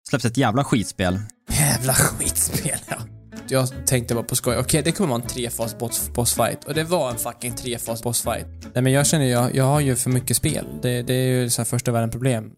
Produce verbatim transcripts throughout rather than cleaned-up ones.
släpps ett jävla skitspel. Jävla skitspel, ja. Jag tänkte bara på skoj. Okej, okay, det kommer vara en trefas boss, bossfight. Och det var en fucking trefas bossfight. Nej, men jag känner jag, jag har ju för mycket spel. Det, det är ju så här första världen problem.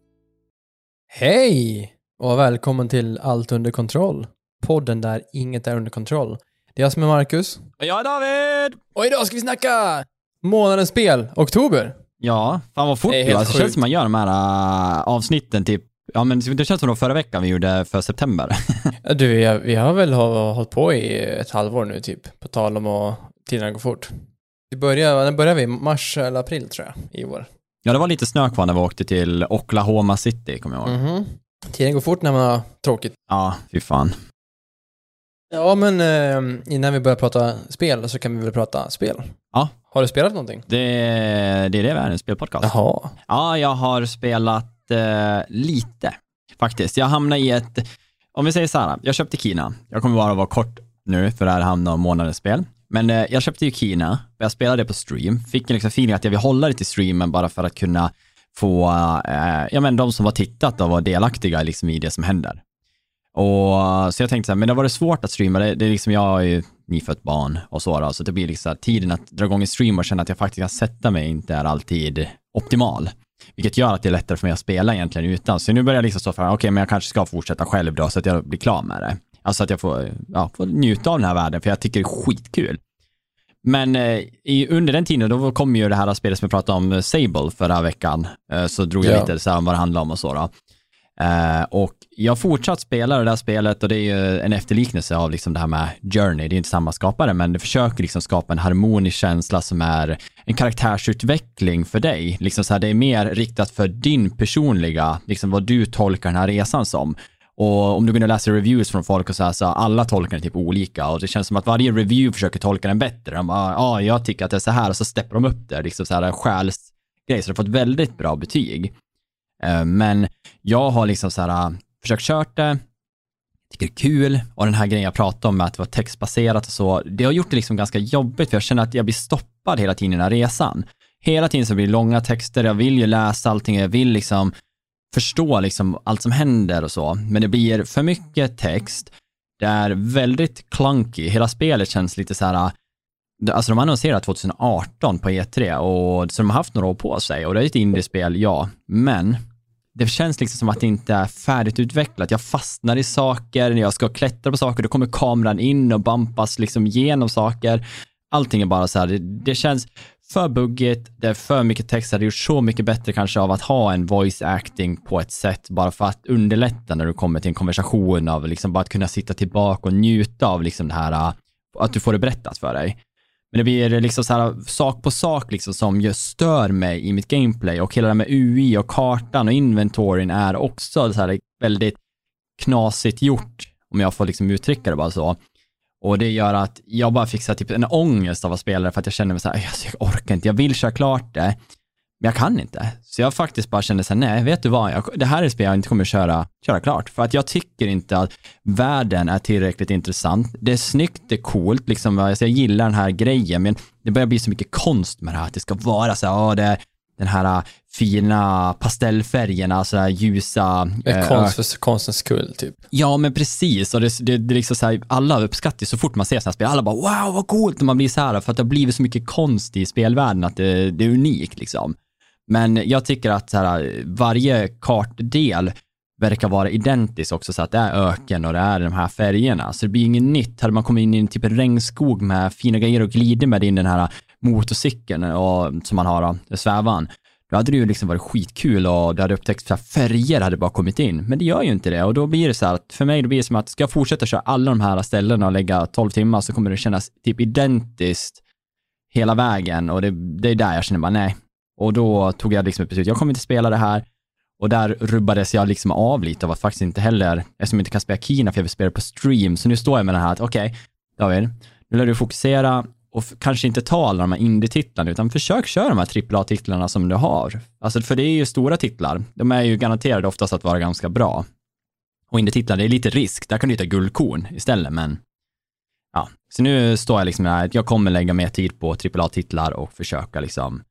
Hej! Och välkommen till Allt under kontroll. Podden där inget är under kontroll. Det är jag som är Marcus. Och jag är David! Och idag ska vi snacka månadens spel, oktober. Ja, fan vad fort det, det alltså, känns som man gör de här uh, avsnitten typ. Ja, men det känns som de förra veckan vi gjorde för september. Du, vi, vi har väl hållit på i ett halvår nu typ. På tal om att tiden går fort. Vi börjar, när börjar vi? Mars eller april tror jag, i år. Ja, det var lite snö kvar när vi åkte till Oklahoma City, kommer jag ihåg. Mm-hmm. Tiden går fort när man har tråkigt. Ja, fy fan. Ja, men eh, innan vi börjar prata spel så kan vi väl prata spel. Ja. Har du spelat någonting? Det, det är det vi är, en spelpodcast. Jaha. Ja, jag har spelat eh, lite faktiskt. Jag hamnade i ett, om vi säger så här, jag köpte Kina. Jag kommer bara vara kort nu för det här hamnar om månadens spel. Men eh, jag köpte ju Kina och jag spelade det på stream. Fick en liksom feeling att jag vill hålla det till streamen bara för att kunna få, eh, ja men de som var tittat och var delaktiga liksom i det som händer. Och så jag tänkte så här, men det var det svårt att streama. Det, det är liksom, jag är ju nyfött barn och så då, så det blir liksom tiden att dra igång en stream och känna att jag faktiskt kan sätta mig inte är alltid optimal. Vilket gör att det är lättare för mig att spela egentligen utan. Så nu börjar jag liksom stå för, okej okay, men jag kanske ska fortsätta själv då så att jag blir klar med det. Alltså att jag får, ja, får njuta av den här världen för jag tycker det är skitkul. Men eh, i, under den tiden då kom ju det här spelet som vi pratade om, Sable, förra veckan. Eh, så drog jag ja. lite så här om vad det handlar om och så då. Uh, och jag har fortsatt spela det där spelet och det är ju en efterliknelse av liksom det här med Journey. Det är inte samma skapare men det försöker liksom skapa en harmonisk känsla som är en karaktärsutveckling för dig. Liksom så här, det är mer riktat för din personliga, liksom vad du tolkar den här resan som. Och om du går och läser reviews från folk och så här, så alla tolkar den typ olika och det känns som att varje review försöker tolka den bättre. De bara, ja ah, jag tycker att det är så här och så steppar de upp det. Liksom så här själsgrej, så det har fått väldigt bra betyg. Men jag har liksom så här försökt kört det, tycker det är kul och den här grejen jag pratade om med att det var textbaserat och så, det har gjort det liksom ganska jobbigt för jag känner att jag blir stoppad hela tiden i den här resan. Hela tiden så blir det långa texter, jag vill ju läsa allting, jag vill liksom förstå liksom allt som händer och så, men det blir för mycket text, det är väldigt clunky, hela spelet känns lite så här. Alltså de annonserade tjugo arton på E tre och så de har haft några år på sig och det är ett indiespel, ja, men det känns liksom som att det inte är färdigt utvecklat. Jag fastnar i saker, när jag ska klättra på saker, då kommer kameran in och bampas liksom genom saker. Allting är bara så här, det, det känns för buggigt, det är för mycket text, det är gjort så mycket bättre kanske av att ha en voice acting på ett sätt bara för att underlätta när du kommer till en konversation av liksom bara att kunna sitta tillbaka och njuta av liksom det här, att du får det berättat för dig. Men det blir liksom så här sak på sak liksom som just stör mig i mitt gameplay och hela det med U I och kartan och inventoryn är också så här väldigt knasigt gjort om jag får liksom uttrycka det bara så. Och det gör att jag bara fick så här, typ en ångest av att spela för att jag känner mig så här, jag orkar inte, jag vill köra klart det. Men jag kan inte. Så jag faktiskt bara kände så här, nej, vet du vad? Jag, det här är ett spel jag inte kommer köra, köra klart. För att jag tycker inte att världen är tillräckligt intressant. Det är snyggt, det är coolt. Liksom, alltså jag gillar den här grejen. Men det börjar bli så mycket konst med det här. Att det ska vara så här, ja, det är den här fina pastellfärgerna, så här ljusa. Äh, konst för konstens skull, typ. Ja, men precis. Och det, det, det är liksom så här, alla uppskattar så fort man ser sådana här spel. Alla bara, wow, vad coolt. Och man blir så här, för att det har blivit så mycket konst i spelvärlden att det, det är unikt, liksom. Men jag tycker att så här, varje kartdel verkar vara identisk också, så att det är öken och det är de här färgerna. Så det blir inget nytt. Hade man kommit in i en typ av regnskog med fina grejer och glider med in den här motorcykeln och, som man har då, svävan, då hade det ju liksom varit skitkul och det hade upptäckt att färger hade bara kommit in. Men det gör ju inte det och då blir det så här att för mig då blir det som att ska jag fortsätta köra alla de här ställena och lägga tolv timmar så kommer det kännas typ identiskt hela vägen och det, det är där jag känner bara nej. Och då tog jag liksom ett beslut, jag kommer inte spela det här. Och där rubbades jag liksom av lite av att faktiskt inte heller, eftersom jag inte kan spela Kina för jag vill spela på stream. Så nu står jag med den här att okej, okay, David, nu lär du fokusera och f- kanske inte ta alla de här indie-titlarna utan försök köra de här trippel A-titlarna som du har. Alltså för det är ju stora titlar. De är ju garanterade oftast att vara ganska bra. Och indie-titlar, det är lite risk. Där kan du hitta guldkorn istället, men ja. Så nu står jag liksom här att jag kommer lägga mer tid på trippel A-titlar och försöka liksom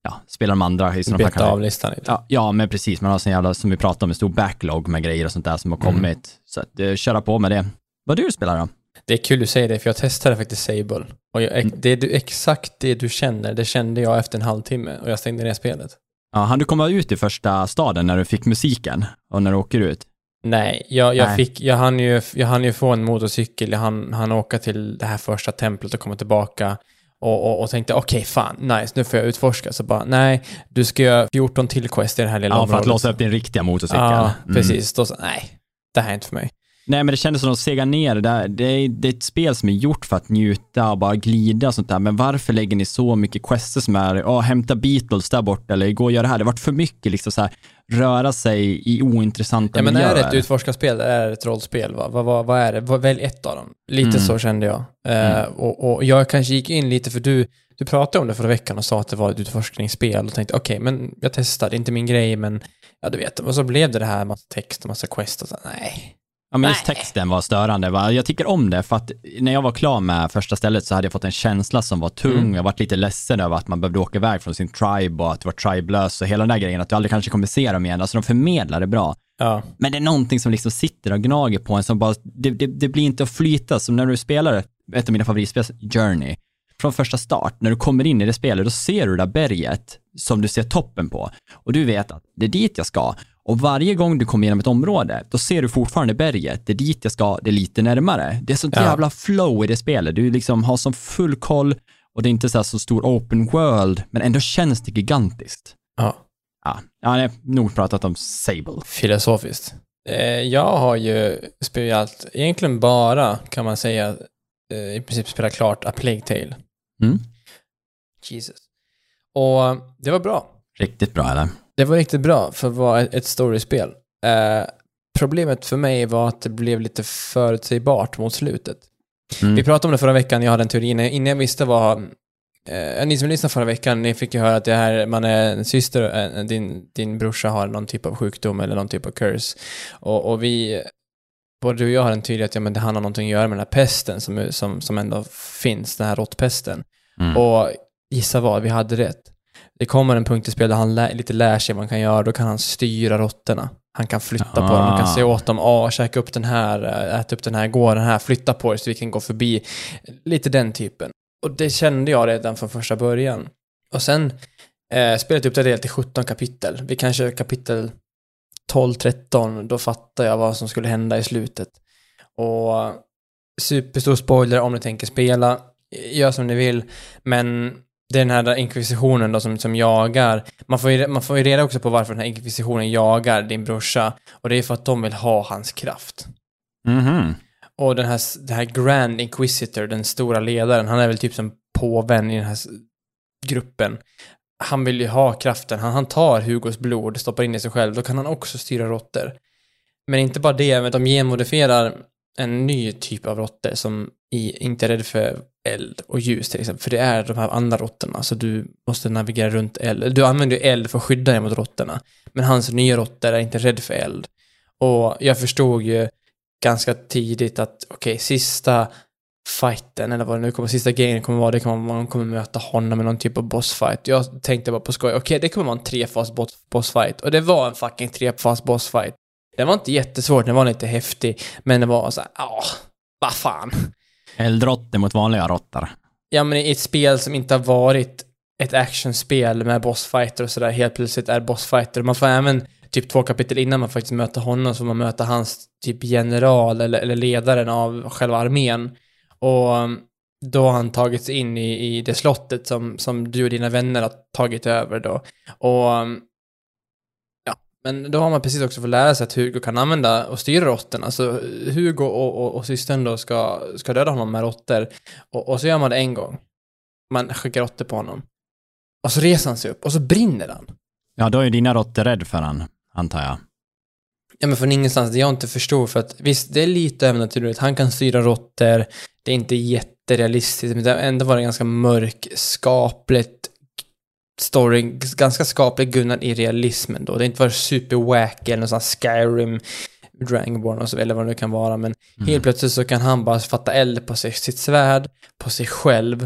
ja, spelar de andra. Beta av listan lite. Ja, ja, men precis. Man har sån jävla, som vi pratade om, en stor backlog med grejer och sånt där som har kommit. Mm. Så att, uh, köra på med det. Vad du spelar då? Det är kul du säger det, för jag testade faktiskt Sable. Och jag, mm. det är du, exakt det du känner, det kände jag efter en halvtimme. Och jag stängde ner spelet. Ja, hann du komma ut i första staden när du fick musiken? Och när du åker ut? Nej, jag, jag, Nej. Fick, jag, hann ju, jag hann ju få en motorcykel. Jag hann, hann åka till det här första templet och komma tillbaka. Och, och, och tänkte, okej, okay, fan, nice, nu får jag utforska. Så bara, nej, du ska göra fjorton till quest i det här lilla ja, området. Ja, för att låsa upp din riktiga motorcykel. Ja, mm. precis. Då så, nej, det här är inte för mig. Nej, men det kändes som att de segar ner det där. Det är, det är ett spel som är gjort för att njuta och bara glida och sånt där. Men varför lägger ni så mycket quester som är, åh, hämta Beatles där borta eller gå och göra det här. Det har varit för mycket liksom så här, röra sig i ointressanta ja, men miljöer. Är det ett utforskarspel? Är det ett rollspel? Va? Vad, vad, vad är det? Välj ett av dem. Lite mm. så kände jag. Mm. Uh, och, och jag kanske gick in lite, för du, du pratade om det förra veckan och sa att det var ett utforskningsspel och tänkte, okej, okay, men jag testar, det är inte min grej, men ja, du vet. Och så blev det det här, massa text och massa quest och så, nej. Ja, men just texten var störande. Va? Jag tycker om det för att när jag var klar med första stället så hade jag fått en känsla som var tung. Mm. Jag varit lite ledsen över att man behövde åka iväg från sin tribe och att det var tribelös och hela den där grejen, att du aldrig kanske kommer se dem igen. Alltså de förmedlar det bra. Ja. Men det är någonting som liksom sitter och gnager på en som bara, det, det, det blir inte att flyta. Som när du spelar ett av mina favoritspel, Journey, från första start, när du kommer in i det spelet, då ser du det där berget som du ser toppen på. Och du vet att det är dit jag ska. Och varje gång du kommer igenom ett område, då ser du fortfarande berget. Det är dit jag ska, det är lite närmare. Det är sånt ja. jävla flow i det spelet. Du liksom har som full koll och det är inte så här så stor open world, men ändå känns det gigantiskt. Ja. Ja, jag har nog pratat om Sable. Filosofiskt. Eh, jag har ju spelat, egentligen bara, kan man säga, eh, i princip spelat klart A Plague Tale. Mm. Jesus. Och det var bra. Riktigt bra, eller? Det var riktigt bra för att vara ett storyspel. Eh, problemet för mig var att det blev lite förutsägbart mot slutet. Mm. Vi pratade om det förra veckan, jag hade en teori innan jag visste vad... Eh, ni som lyssnade förra veckan, ni fick ju höra att det här, man är en syster, eh, din, din brorsa har någon typ av sjukdom eller någon typ av curse. Och, och vi, både du och jag har en teori att ja, men det handlar någonting att göra med den här pesten som, som, som ändå finns, den här råttpesten. Mm. Och gissa vad, vi hade rätt. Det kommer en punkt i spelet där han lä- lite lär sig vad man kan göra. Då kan han styra råttorna. Han kan flytta ah. på dem. Han kan säga åt dem, ah, käka upp den här, äta upp den här, gå den här, flytta på det så vi kan gå förbi. Lite den typen. Och det kände jag redan från första början. Och sen eh, spelet uppdaterade till sjutton kapitel. Vi kanske kapitel tolv tretton, då fattar jag vad som skulle hända i slutet. Och superstor spoiler om ni tänker spela. Gör som ni vill. Men det är den här inkvisitionen då som, som jagar. Man får, ju, man får ju reda också på varför den här inkvisitionen jagar din brorsa. Och det är för att de vill ha hans kraft. Mhm. Och den här, den här Grand Inquisitor, den stora ledaren, han är väl typ som påvän i den här gruppen. Han vill ju ha kraften. Han, han tar Hugos blod, stoppar in i sig själv. Då kan han också styra råttor. Men inte bara det, men de genmodifierar en ny typ av råttor som i, inte är rädd för eld och ljus till exempel. För det är de här andra råttorna. Så du måste navigera runt eld. Du använder ju eld för att skydda dig mot råttorna. Men hans nya råttor är inte rädd för eld. Och jag förstod ju ganska tidigt att okej, okay, sista fighten eller vad det nu kommer, sista grejen kommer vara, det kommer man kommer möta honom med någon typ av bossfight. Jag tänkte bara på skoj, okej, okay, det kommer vara en trefas bossfight. Och det var en fucking trefas bossfight. Den var inte jättesvår, den var lite häftig, men det var så här, ja, vad fan. Eldråttor mot vanliga råttor. Ja, men i ett spel som inte har varit ett actionspel med bossfighter och sådär, helt plötsligt är bossfighter. Man får även typ två kapitel innan man faktiskt möter honom, så man möter hans typ general eller, eller ledaren av själva armén. Och då har han tagits in i, i det slottet som, som du och dina vänner har tagit över då. Och ja, men då har man precis också fått lära sig att Hugo kan använda och styra råttorna. Så Hugo och, och, och systern då ska, ska döda honom med råttor. Och, och så gör man det en gång. Man skickar råttor på honom. Och så reser han sig upp och så brinner han. Ja, då är dina råttor rädd för han, antar jag. Ja, men från ingenstans, det jag inte förstår, för att visst, det är lite övernaturligt. Han kan styra råttor, det är inte jätterealistiskt, men det har ändå varit ganska mörk, skapligt story, ganska skapligt Gunnar i realismen då. Det har inte varit superwacky eller någon sån Skyrim, Dragonborn och så, eller vad det kan vara, men mm. helt plötsligt så kan han bara fatta eld på sig, sitt svärd, på sig själv,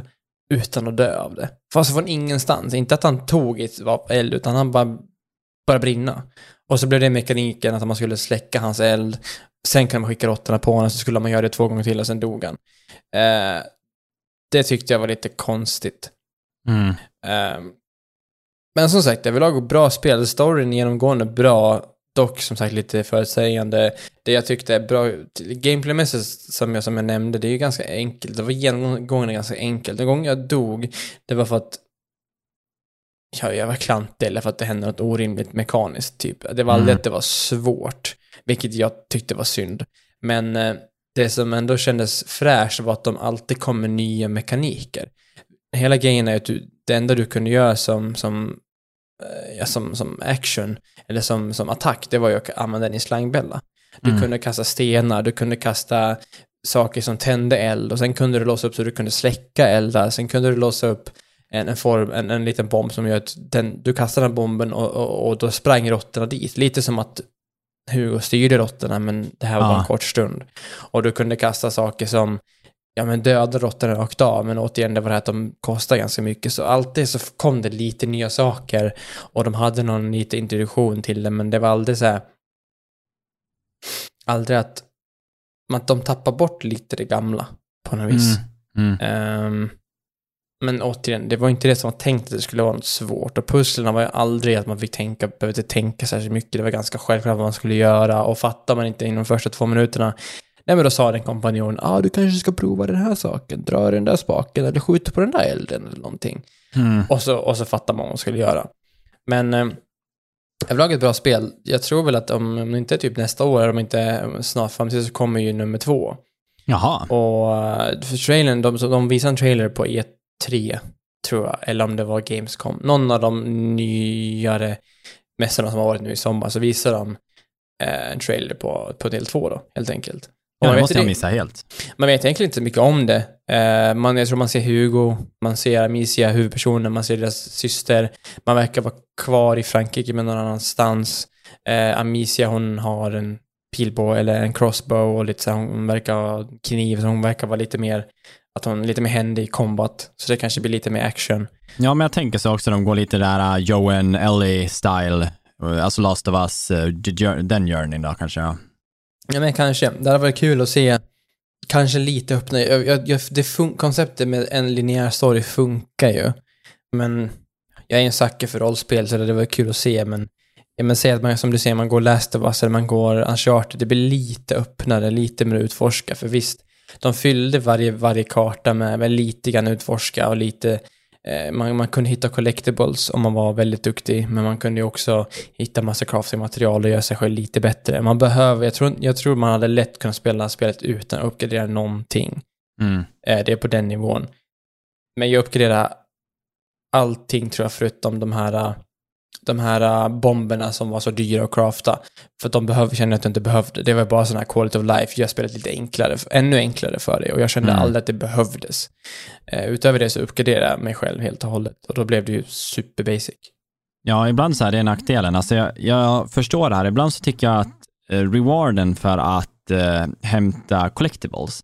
utan att dö av det. Fast från ingenstans. Inte att han tog ett eld, utan han bara började brinna. Och så blev det mekaniken att man skulle släcka hans eld. Sen kan man skicka råttorna på honom, så skulle man göra det två gånger till och sen dog han. Eh, det tyckte jag var lite konstigt. Mm. Eh, men som sagt, jag vill ha bra spel. Storyn genomgående bra. Dock som sagt lite förutsägande. Det jag tyckte är bra gameplaymässigt, som jag, som jag nämnde, det är ju ganska enkelt. Det var genomgående ganska enkelt. Den gången jag dog, det var för att ja, jag var klantig eller för att det hände något orimligt mekaniskt typ. Det var aldrig mm. att det var svårt, vilket jag tyckte var synd. Men eh, det som ändå kändes fräscht var att de alltid kom med nya mekaniker. Hela grejen är att du, det enda du kunde göra som som Ja, som, som action eller som, som attack, det var ju att använda den i slangbälla. Du mm. kunde kasta stenar, du kunde kasta saker som tände eld, och sen kunde du låsa upp så du kunde släcka eldar, sen kunde du låsa upp en, en, form, en, en liten bomb som gör att den, du kastar den bomben och, och, och då sprang råttorna dit. Lite som att Hugo styrde råttorna, men det här var ja. bara en kort stund. Och du kunde kasta saker som ja, men döda råttorna rakt av, men återigen det var det här att de kostar ganska mycket, så alltid så kom det lite nya saker och de hade någon lite introduktion till det, men det var aldrig så här, aldrig att man, de tappar bort lite det gamla på något vis. Mm. Mm. Um, men återigen, det var inte det som var tänkt att det skulle vara något svårt, och pusslerna var ju aldrig att man fick tänka, behövde tänka särskilt mycket, det var ganska självklart vad man skulle göra, och fattar man inte inom de första två minuterna, nej, men då sa den kompanjon, ja ah, du kanske ska prova den här saken, dra den där spaken eller skjuta på den där elden eller någonting. Mm. Och, så, och så fattar man vad man skulle göra. Men eh, överlag ett bra spel. Jag tror väl att om, om inte typ nästa år, eller om inte snart framtid, så kommer ju nummer två. Jaha. Och för trailern, de, de visade en trailer på E tre, tror jag, eller om det var Gamescom. Någon av de nyare mässorna som har varit nu i sommar, så visar de eh, en trailer på, på del två då, helt enkelt. Ja, det måste jag missa helt. Man vet egentligen inte så mycket om det. Eh, man, jag tror man ser Hugo, man ser Amicia, huvudpersonen, man ser deras syster. Man verkar vara kvar i Frankrike men någon annanstans. Eh, Amicia, hon har en pilbåge eller en crossbow och lite så här, hon verkar ha kniv, så hon verkar vara lite mer, att hon är lite mer händig i combat. Så det kanske blir lite mer action. Ja, men jag tänker så också, de går lite där uh, Joe and Ellie style, alltså Last of Us, uh, den journey då kanske, ja. Ja, men kanske. Det hade varit kul att se kanske lite öppna. Jag, jag, det fun- konceptet med en linjär story funkar ju. Men jag är en sucker för rollspel, så det var kul att se. Men jag men säger att man, som du säger, man går Last of Us eller man går Uncharted, det blir lite öppnare, lite mer utforska. För visst, de fyllde varje, varje karta med, med lite grann utforska och lite... Man, man kunde hitta collectibles om man var väldigt duktig, men man kunde ju också hitta massa crafting-material och göra sig själv lite bättre. Man behöver, jag tror, jag tror man hade lätt kunnat spela spelet utan att uppgradera någonting. Mm. Det är på den nivån. Men jag uppgraderar allting, tror jag, förutom de här de här bomberna som var så dyra att crafta. För att de behöver, kände att jag inte behövde. Det var bara sån här quality of life. Jag spelade lite enklare, ännu enklare för det. Och jag kände mm. aldrig att det behövdes. Uh, utöver det så uppgraderade jag mig själv helt och hållet. Och då blev det ju super basic. Ja, ibland så är det nackdelen. Alltså jag, jag förstår det här. Ibland så tycker jag att uh, rewarden för att uh, hämta collectibles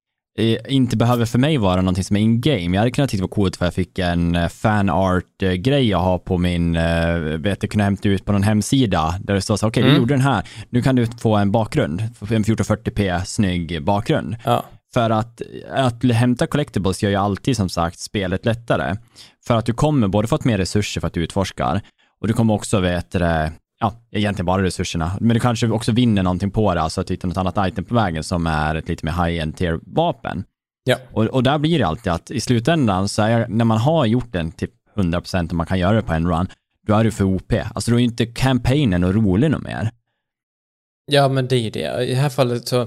inte behöver för mig vara någonting som är in-game. Jag hade kunnat tycka det var coolt för jag fick en fanart-grej jag har på min, vet jag kunde hämta ut på någon hemsida där det står så, okej, okay, mm. du gjorde den här, nu kan du få en bakgrund, en fjorton fyrtio p snygg bakgrund. Ja. För att, att hämta collectibles gör ju alltid, som sagt, spelet lättare. För att du kommer både fått mer resurser för att du utforskar, och du kommer också veta, ja, egentligen bara resurserna. Men du kanske också vinner någonting på det, alltså att du hittar något annat item på vägen som är ett lite mer high-end tier-vapen. Ja. Och, och där blir det alltid att i slutändan så är, när man har gjort den till hundra procent och man kan göra det på en run, då är du för O P. Alltså då är ju inte campaignen och rolig nog mer. Ja, men det är det. I det här fallet så,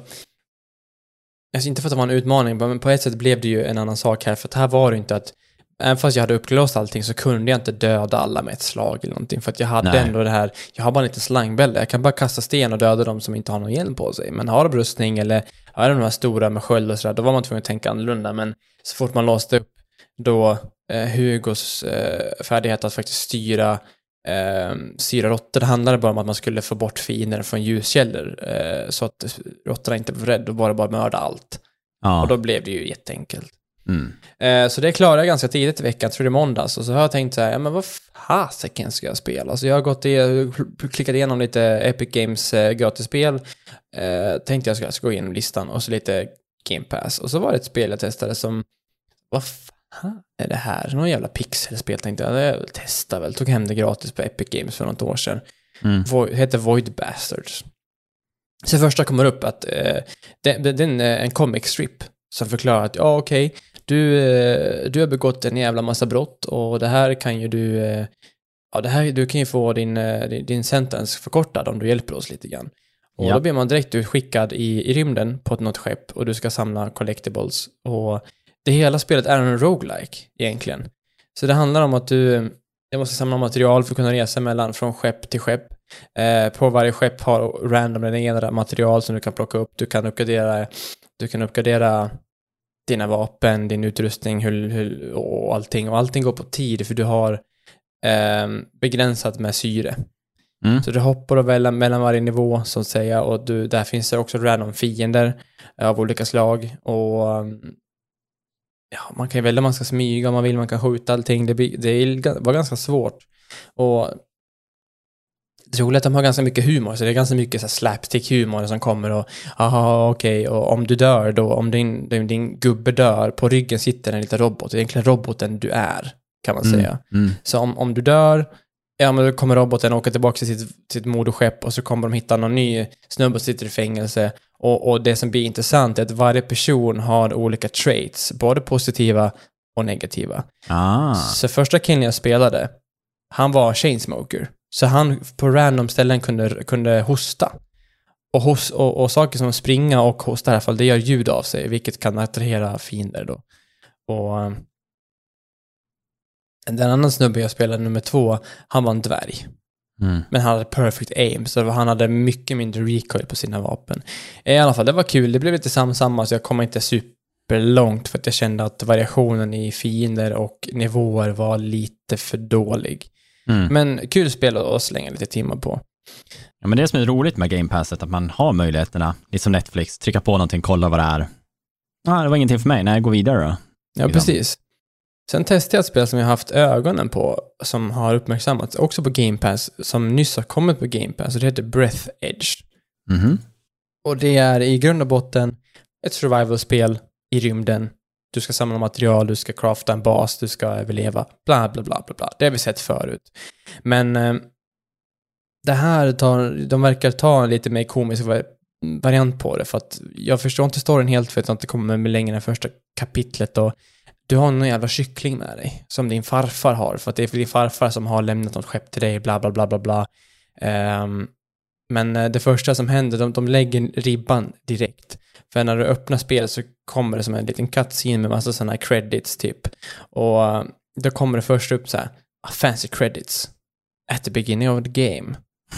alltså inte för att det var en utmaning, men på ett sätt blev det ju en annan sak här. För att här var det inte att, även fast jag hade upplåst allting, så kunde jag inte döda alla med ett slag eller någonting. För att jag hade Nej. ändå det här, jag har bara lite slangbälle. Jag kan bara kasta sten och döda dem som inte har någon hjälm på sig. Men har de rustning eller har de här stora med sköld och sådär, då var man tvungen att tänka annorlunda. Men så fort man låste upp då eh, Hugos eh, färdighet att faktiskt styra eh, styra råttor, det handlade bara om att man skulle få bort fiender från ljuskällor. Eh, så att råttorna inte var rädda och bara bara mörda allt. Ja. Och då blev det ju jätteenkelt. Mm. Eh, så det klarade jag ganska tidigt i veckan, tror det är måndags. Och så har jag tänkt så här, ja men vad fasiken ska jag spela? Alltså jag har gått i, klickat igenom lite Epic Games eh, gratisspel. Eh, tänkte jag ska, ska gå igenom listan och så lite Game Pass. Och så var det ett spel jag testade som, vad fan är det här? Någon jävla pixelspel tänkte jag. Jag testar väl, tog hem det gratis på Epic Games för något år sedan. Mm. Vo- heter Void Bastards. Så första kommer upp att eh, det, det, det är en, en comic strip som förklarar att ja okej, okay, du, eh, du har begått en jävla massa brott och det här kan ju du eh, ja det här, du kan ju få din, eh, din, din sentence förkortad om du hjälper oss lite grann. Och ja. Då blir man direkt utskickad i, i rymden på ett något skepp och du ska samla collectibles och det hela spelet är en roguelike egentligen. Så det handlar om att du Jag måste samla material för att kunna resa mellan från skepp till skepp. Eh, på varje skepp har random den ena material som du kan plocka upp. Du kan uppgradera, du kan uppgradera dina vapen, din utrustning hur, hur, och allting. Och allting går på tid för du har eh, begränsat med syre. Mm. Så du hoppar och väl mellan varje nivå så att säga. Och du, där finns det också random fiender av olika slag. Och ja, man kan ju välja, man ska smyga om man vill, man kan skjuta allting. Det, det var ganska svårt. Och det roliga är att de har ganska mycket humor, så det är ganska mycket så här slapstick-humor som kommer och aha, okej, okay, och om du dör då, om din, din, din gubbe dör, på ryggen sitter en liten robot. Det är egentligen roboten du är, kan man mm, säga. Mm. Så om, om du dör, ja men då kommer roboten åka tillbaka till sitt, sitt moderskepp och så kommer de hitta någon ny snubbe som sitter i fängelse. Och, och det som blir intressant är att varje person har olika traits, både positiva och negativa. Ah. Så första killen jag spelade, han var chainsmoker. Så han på random ställen kunde, kunde hosta. Och, hos, och, och saker som springa och hosta i alla fall, det gör ljud av sig, vilket kan attrahera fiender då. Och um, den annan snubbe jag spelade, nummer två, han var en dvärg. Mm. Men han hade perfect aim, så han hade mycket mindre recoil på sina vapen. I alla fall, det var kul. Det blev lite samma, så jag kom inte superlångt för att jag kände att variationen i fiender och nivåer var lite för dålig. Mm. Men kul spel att slänga lite timmar på. Ja, men det som är roligt med Game Passet, att man har möjligheterna, liksom Netflix, trycka på någonting, kolla vad det är. Ah, det var ingenting för mig, nej, gå vidare då. Ja, precis. Sen testade jag ett spel som jag har haft ögonen på, som har uppmärksammats också på Game Pass, som nyss har kommit på Game Pass, och det heter Breath Edge. Mm-hmm. Och det är i grund och botten ett survival-spel i rymden. Du ska samla material, du ska crafta en bas, du ska överleva, bla bla bla bla bla. Det har vi sett förut. Men eh, det här tar, de verkar ta en lite mer komisk variant på det, för att jag förstår inte storyn helt, för att jag inte kommer med längre än första kapitlet, och du har någon jävla kyckling med dig som din farfar har, för att det är för din farfar som har lämnat något skepp till dig, bla bla bla bla bla. Um, men det första som händer, de, de lägger ribban direkt. För när du öppnar spelet så kommer det som en liten cutscene med massa sådana här credits typ. Och uh, då kommer det först upp så här, fancy credits at the beginning of the game.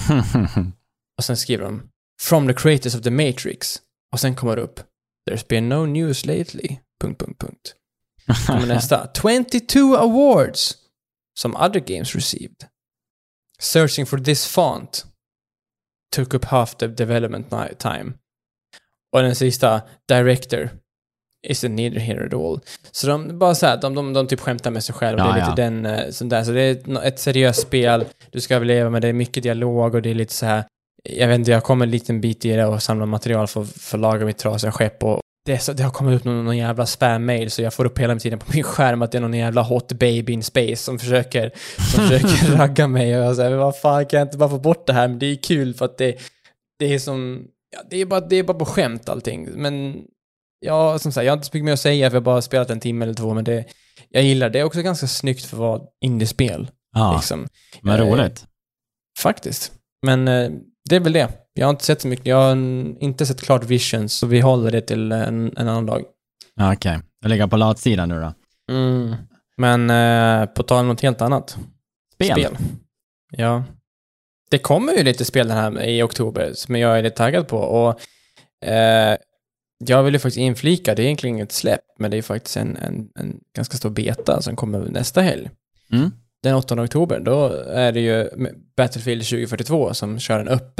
Och sen skriver de from the creators of the Matrix. Och sen kommer det upp, there's been no news lately. Punkt, punkt, punkt. Kommer nästa. twenty-two awards some other games received. Searching for this font took up half the development time. Och den sista, director is neither here at all. Så de bara så här, de, de, de typ skämtar med sig själva. Ja, det är lite ja. den sån där. Så det är ett seriöst spel. Du ska överleva, men det är mycket dialog och det är lite så här. Jag vet inte, jag kommer en liten bit i det och samlar material för, för att laga mitt trasiga skepp, och det, är så, det har kommit upp någon, någon jävla spam-mail, så jag får upp hela tiden på min skärm att det är någon jävla hot baby in space som försöker, som försöker ragga mig, och jag säger, vad fan, kan jag inte bara få bort det här? Men det är kul för att det, det är som, ja, det är bara, det är bara på skämt allting. Men ja, som sagt, jag har inte så mycket mer att säga, för jag har bara spelat en timme eller två, men det, jag gillar det. Det är också ganska snyggt för att vara indiespel. Ja, liksom. Men roligt. Eh, faktiskt. Men eh, det är väl det. Jag har inte sett så mycket. Jag har inte sett klart Visions, så vi håller det till en, en annan dag. Okej. Okay. Jag lägger på latsidan nu då. Mm. Men eh, på tal om något helt annat. Spel. Spel. Ja. Det kommer ju lite spel den här i oktober som jag är lite taggad på. Och eh, jag vill ju faktiskt inflika, det är egentligen inget släpp, men det är faktiskt en, en, en ganska stor beta som kommer nästa helg. Mm. Den åttonde oktober, då är det ju Battlefield tjugo fyrtiotvå som kör en öppen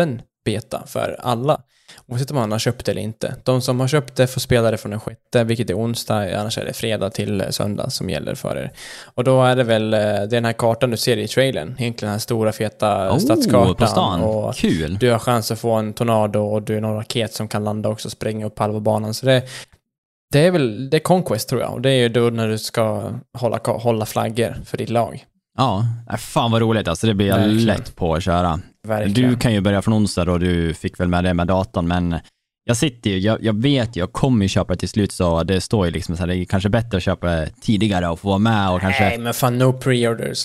beta för alla. Oavsett om man har köpt det eller inte. De som har köpt det får spela det från den sjätte, vilket är onsdag, annars är det fredag till söndag som gäller för er. Och då är det väl den här kartan du ser i trailern, egentligen den här stora feta oh, stadskartan. På stan. Och kul. Du har chans att få en tornado och du är någon raket som kan landa också och spränga upp halva banan. Så det, det är väl, det är Conquest tror jag. Och det är ju då när du ska hålla, hålla flaggor för ditt lag. Ja, fan vad roligt. Alltså det blir jag lätt på att köra. Verkligen. Du kan ju börja från onsdag och du fick väl med det med datorn, men jag sitter ju, jag, jag vet ju, jag kommer ju köpa det till slut, så det står ju liksom så här, det är kanske bättre att köpa det tidigare och få vara med och kanske... Nej, men fan, no pre-orders.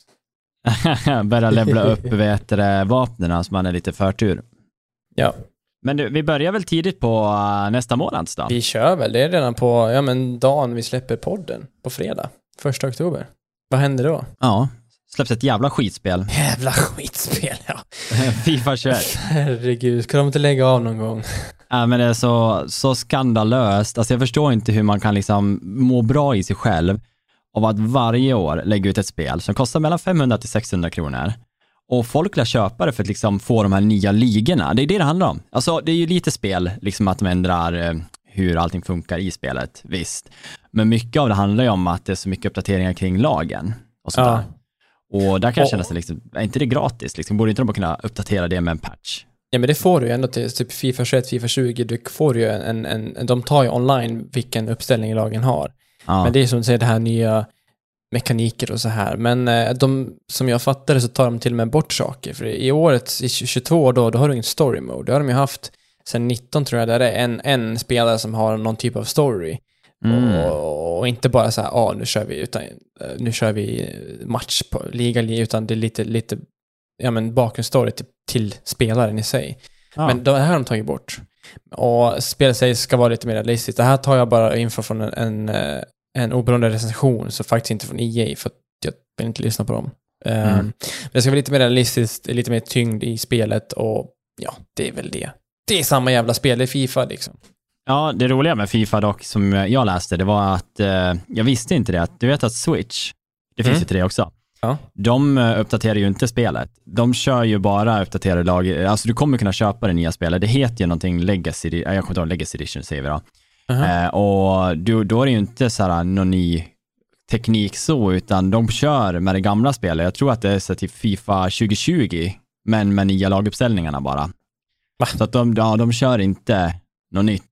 Börja levla upp, vet du, vapnen så man är lite förtur. Ja. Men du, vi börjar väl tidigt på uh, nästa månads då? Vi kör väl, det är redan på, ja men dagen vi släpper podden, på fredag, första oktober. Vad händer då? Ja, släpps ett jävla skitspel. Jävla skitspel, ja. FIFA tjugoett. Herregud, ska de inte lägga av någon gång? Ja, men det är så, så skandalöst. Alltså jag förstår inte hur man kan liksom må bra i sig själv av att varje år lägga ut ett spel som kostar mellan femhundra till sexhundra kronor. Och folk lär köpa det för att liksom få de här nya ligorna. Det är det det handlar om. Alltså det är ju lite spel, liksom att de ändrar eh, hur allting funkar i spelet, visst. Men mycket av det handlar ju om att det är så mycket uppdateringar kring lagen och sånt ja. där. Och där kan jag och, känna sig liksom, är inte det gratis? Liksom, borde inte de bara kunna uppdatera det med en patch? Ja, men det får du ju ändå till typ FIFA tjugoett, FIFA tjugo. Du får ju en, en, en de tar ju online vilken uppställning lagen har. Ja. Men det är som du säger, det här nya mekaniker och så här. Men de, som jag fattar det så tar de till och med bort saker. För i året, i tjugotvå då, då har du ingen story mode. Det har de ju haft sen nitton tror jag, där det är en, en spelare som har någon typ av story. Mm. Och, och inte bara så här, ja ah, nu kör vi utan nu kör vi match på liga, utan det är lite, lite ja men bakgrundsstory till, till spelaren i sig. Ja. Men det här har de tagit bort. Och spelet sägs ska vara lite mer realistiskt. Det här tar jag bara inför från en, en, en oberoende recension, så faktiskt inte från E A, för att jag vill inte lyssna på dem. Mm. Um, men det ska vara lite mer realistiskt, lite mer tyngd i spelet, och ja, det är väl det. Det är samma jävla spel i FIFA liksom. Ja, det roliga med FIFA dock, som jag läste, det var att eh, jag visste inte det, att du vet att Switch, det finns mm. ju till det också. Ja. De uppdaterar ju inte spelet. De kör ju bara uppdaterade lag. Alltså du kommer kunna köpa det nya spelet. Det heter ju någonting Legacy, jag kommer inte ihåg, Legacy Edition säger vi då. Uh-huh. Eh, och du, då är det ju inte så här någon ny teknik så, utan de kör med det gamla spelet. Jag tror att det är så till FIFA tjugo tjugo, men med nya laguppställningarna bara. Va? Så att de, ja, de kör inte något nytt.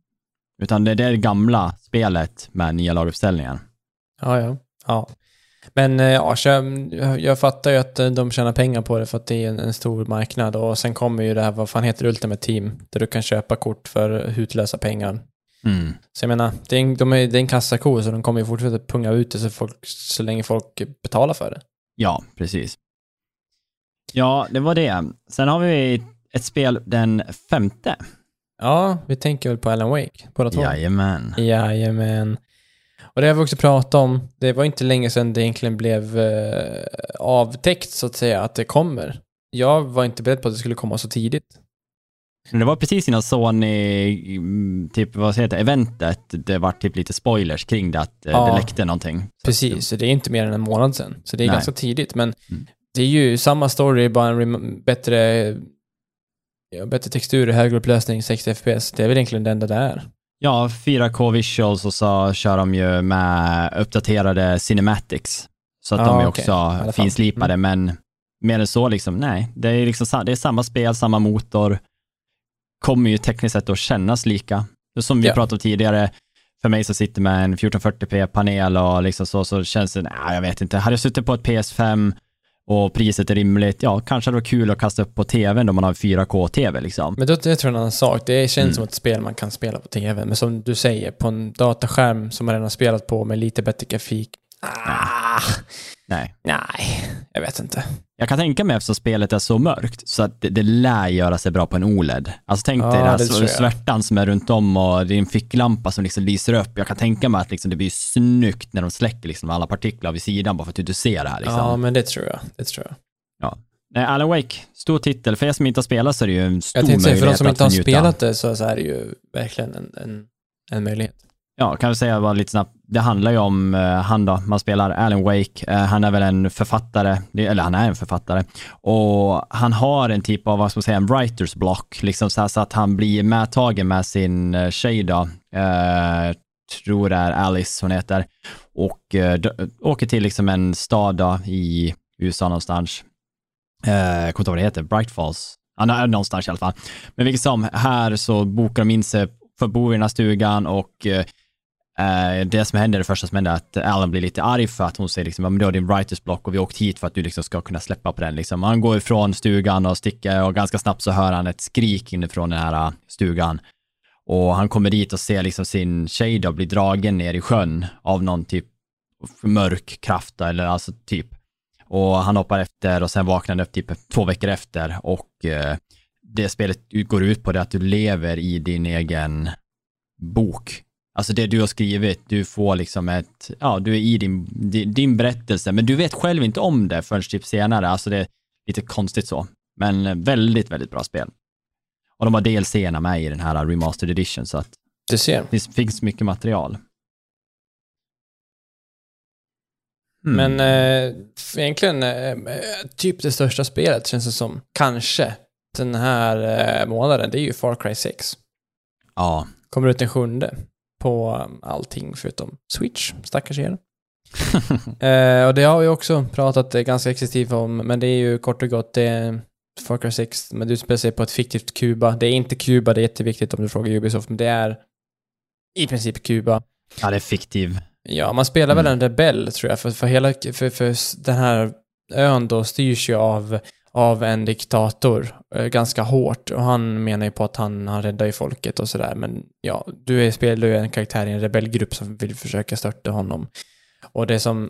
Utan det är det gamla spelet med nya laguppställningar. Ja, ja. Ja. Men ja, jag, jag fattar ju att de tjänar pengar på det för att det är en, en stor marknad. Och sen kommer ju det här, vad fan heter Ultimate Team, där du kan köpa kort för hutlösa pengar. Mm. Så jag menar, det är en, de är, det är en kassako, så de kommer ju fortsätta punga ut det så, folk, så länge folk betalar för det. Ja, precis. Ja, det var det. Sen har vi ett spel den femte. Ja, vi tänker väl på Alan Wake, båda två. Jajamän. Jajamän. Och det har vi också pratat om. Det var inte länge sedan det egentligen blev eh, avtäckt så att säga att det kommer. Jag var inte beredd på att det skulle komma så tidigt. Det var precis innan Sony, typ vad heter det, eventet, det var typ lite spoilers kring det, att ja, det läckte någonting. Så precis, så det är inte mer än en månad sedan. Så det är Nej. ganska tidigt, men mm. det är ju samma story, bara en rem- bättre, ja, bättre textur, högre upplösning, sextio F P S. Det är väl egentligen det enda det är. Ja, fyra K visuals, och så kör de ju med uppdaterade cinematics. Så att ah, de är okay. också finslipade, mm. men mer än så liksom, nej. Det är liksom det är samma spel, samma motor. Kommer ju tekniskt sett att kännas lika. Som vi ja. pratade om tidigare, för mig som sitter med en fjorton fyrtio p-panel och liksom så, så känns det, nej, jag vet inte. Hade jag suttit på ett P S fem och priset är rimligt, ja, kanske det var kul att kasta upp på tvn då man har en fyra K-tv liksom. Men då, det tror jag en annan sak. Det känns mm. som ett spel man kan spela på tv. Men som du säger, på en dataskärm som man redan har spelat på med lite bättre grafik. Ah, nej. Nej, jag vet inte. Jag kan tänka mig, eftersom spelet är så mörkt, så att det, det lär göra sig bra på en O L E D. Alltså tänk dig ja, den här svärtan som är runt om och din ficklampa som liksom lyser upp. Jag kan tänka mig att liksom det blir snyggt när de släcker liksom alla partiklar vid sidan bara för att du inte ser det här. Liksom. Ja, men det tror jag. Det tror jag. Ja. Nej, Alan Wake, stor titel. För er som inte har spelat så är det ju en stor jag möjlighet. Säga, för de som inte har njuta. spelat det så, så är det ju verkligen en, en, en möjlighet. Ja, kan jag säga bara lite snabbt. Det handlar ju om uh, han då, man spelar Alan Wake. Uh, han är väl en författare, eller han är en författare. Och han har en typ av, vad ska man säga, en writers block. Liksom så, här, så att han blir medtagen med sin uh, tjej då. Uh, tror det är Alice hon heter. Och uh, d- åker till liksom en stad då, i U S A någonstans. Uh, jag kommer inte ihåg vad det heter, Bright Falls. Ja, någonstans i alla fall. Men vilket som, här så bokar de in sig för att bo i den här stugan och uh, det som händer, det första som händer är att Alan blir lite arg för att hon säger liksom, men du har din writers block och vi har åkt hit för att du liksom ska kunna släppa på den. Liksom. Han går ifrån stugan och sticker och ganska snabbt så hör han ett skrik inifrån den här stugan. Och han kommer dit och ser liksom sin tjej då bli dragen ner i sjön av någon typ mörk kraft eller alltså typ. Och han hoppar efter och sen vaknar han upp typ två veckor efter och eh, det spelet går ut på det att du lever i din egen bok. Alltså det du har skrivit, du får liksom ett, ja du är i din, din, din berättelse, men du vet själv inte om det förrän typ senare, alltså det är lite konstigt så. Men väldigt, väldigt bra spel. Och de har D L C-erna med i den här Remastered Edition så att du ser. det finns mycket material. Mm. Men eh, egentligen eh, typ det största spelet känns det som, kanske den här eh, månaden, det är ju Far Cry sex. Ja. Kommer ut den sjunde på allting förutom Switch, stackars er. eh, och det har vi också pratat ganska exklusivt om, men det är ju kort och gott det är Far Cry sex, men du spelar sig på ett fiktivt Kuba. Det är inte Kuba, det är jätteviktigt om du frågar Ubisoft, men det är i princip Kuba. Ja, det är fiktiv. Ja, man spelar mm. väl en rebell tror jag, för, för hela för, för den här ön då styrs ju av av en diktator eh, ganska hårt, och han menar ju på att han, han räddar ju folket och sådär, men ja, du är, spelar ju en karaktär i en rebellgrupp som vill försöka störta honom, och det som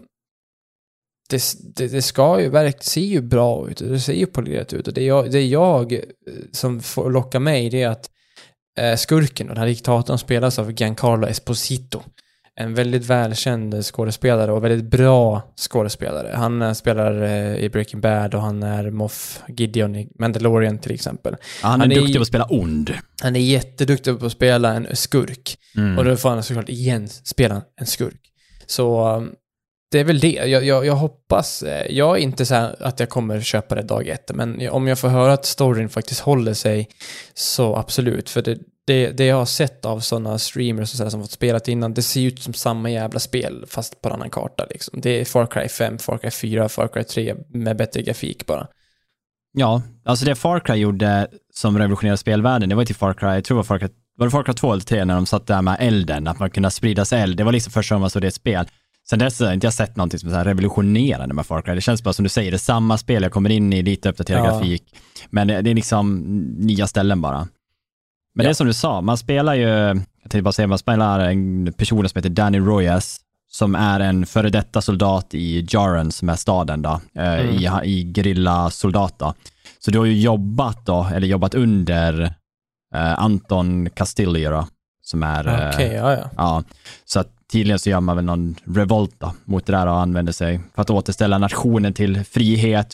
det, det, det ska ju verkligen se ju bra ut, det ser ju polerat ut, och det jag, det jag som får locka mig, det är att eh, skurken och den här diktatorn spelas av Giancarlo Esposito, en väldigt välkänd skådespelare och väldigt bra skådespelare. Han spelar eh, i Breaking Bad och han är Moff Gideon i Mandalorian till exempel. Ja, han är han duktig är, på att spela ond. Han är jätteduktig på att spela en skurk. Mm. Och då får han såklart igen spela en skurk. Så um, det är väl det. Jag, jag, jag hoppas, eh, jag är inte så här att jag kommer köpa det dag ett, men om jag får höra att storyn faktiskt håller sig, så absolut. För det Det, det jag har sett av sådana streamers och sådär som fått spelat innan, det ser ut som samma jävla spel fast på en annan karta liksom. Det är Far Cry fem, Far Cry fyra, Far Cry tre med bättre grafik bara. Ja, alltså det Far Cry gjorde som revolutionerade spelvärlden, det var ju till Far Cry, jag tror det var Far Cry, var det Far Cry två eller tre när de satt där med elden, att man kunde sprida sig eld. Det var liksom första gången man såg det spel. Sen dess har jag inte sett någonting som är så här revolutionerande med Far Cry. Det känns bara som du säger, det är samma spel, jag kommer in i lite uppdaterad ja. grafik, men det, det är liksom nya ställen bara. Men ja. det är som du sa, man spelar ju, jag tänkte bara säga, man spelar en person som heter Danny Royas, som är en före detta soldat i Jaren, som är staden då, mm. i, i gerilla soldat då. Så du har ju jobbat då, eller jobbat under eh, Anton Castillo då, som är... Okej, okay, ja, ja. ja. Så att tydligen så gör man väl någon revolt då, mot det där och använder sig för att återställa nationen till frihet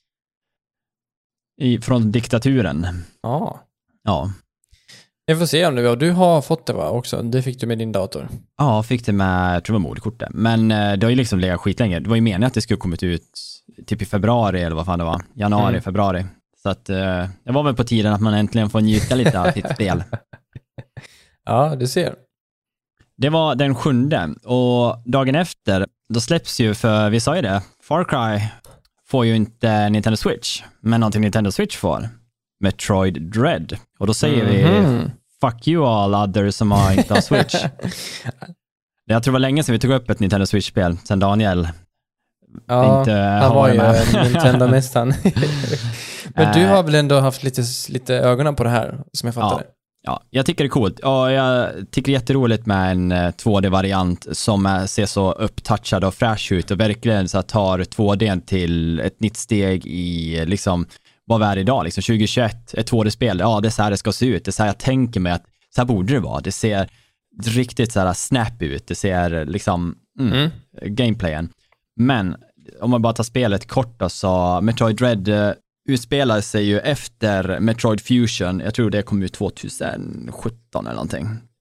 i, från diktaturen. Ja. Ja. Jag får se om du, du har fått det va också. Det fick du med din dator. Ja, fick det med, jag tror det var moderkortet. Men eh, det har ju liksom legat skitlänge. Det var ju meningen att det skulle kommit ut typ i februari eller vad fan det var. Januari, mm. februari. Så att eh, det var väl på tiden att man äntligen får njuta lite av sitt spel. Ja, du ser. Det var den sjunde. Och dagen efter, då släpps ju, för vi sa ju det, Far Cry får ju inte Nintendo Switch. Men någonting Nintendo Switch får. Metroid Dread. Och då säger mm-hmm. vi fuck you all others som har inte har Switch. Jag tror det var länge sedan vi tog upp ett Nintendo Switch-spel. Sen Daniel ja, inte han var ju Nintendo-mästaren. Men du har väl ändå haft lite, lite ögonen på det här, som jag fattar ja. det. Ja, jag tycker det är coolt. Och jag tycker det är jätteroligt med en två D-variant som ser så upptouchad och fräsch ut och verkligen så tar två D till ett nytt steg i liksom vad vi är idag, liksom tjugo tjugoett, ett två D-spel, ja det är så här det ska se ut, det är så här jag tänker mig att så här borde det vara, det ser riktigt så här snap ut, det ser liksom mm, mm. gameplayen. Men om man bara tar spelet kort då, så Metroid Dread uh, utspelar sig ju efter Metroid Fusion, jag tror det kom ut tjugo sjutton eller någonting.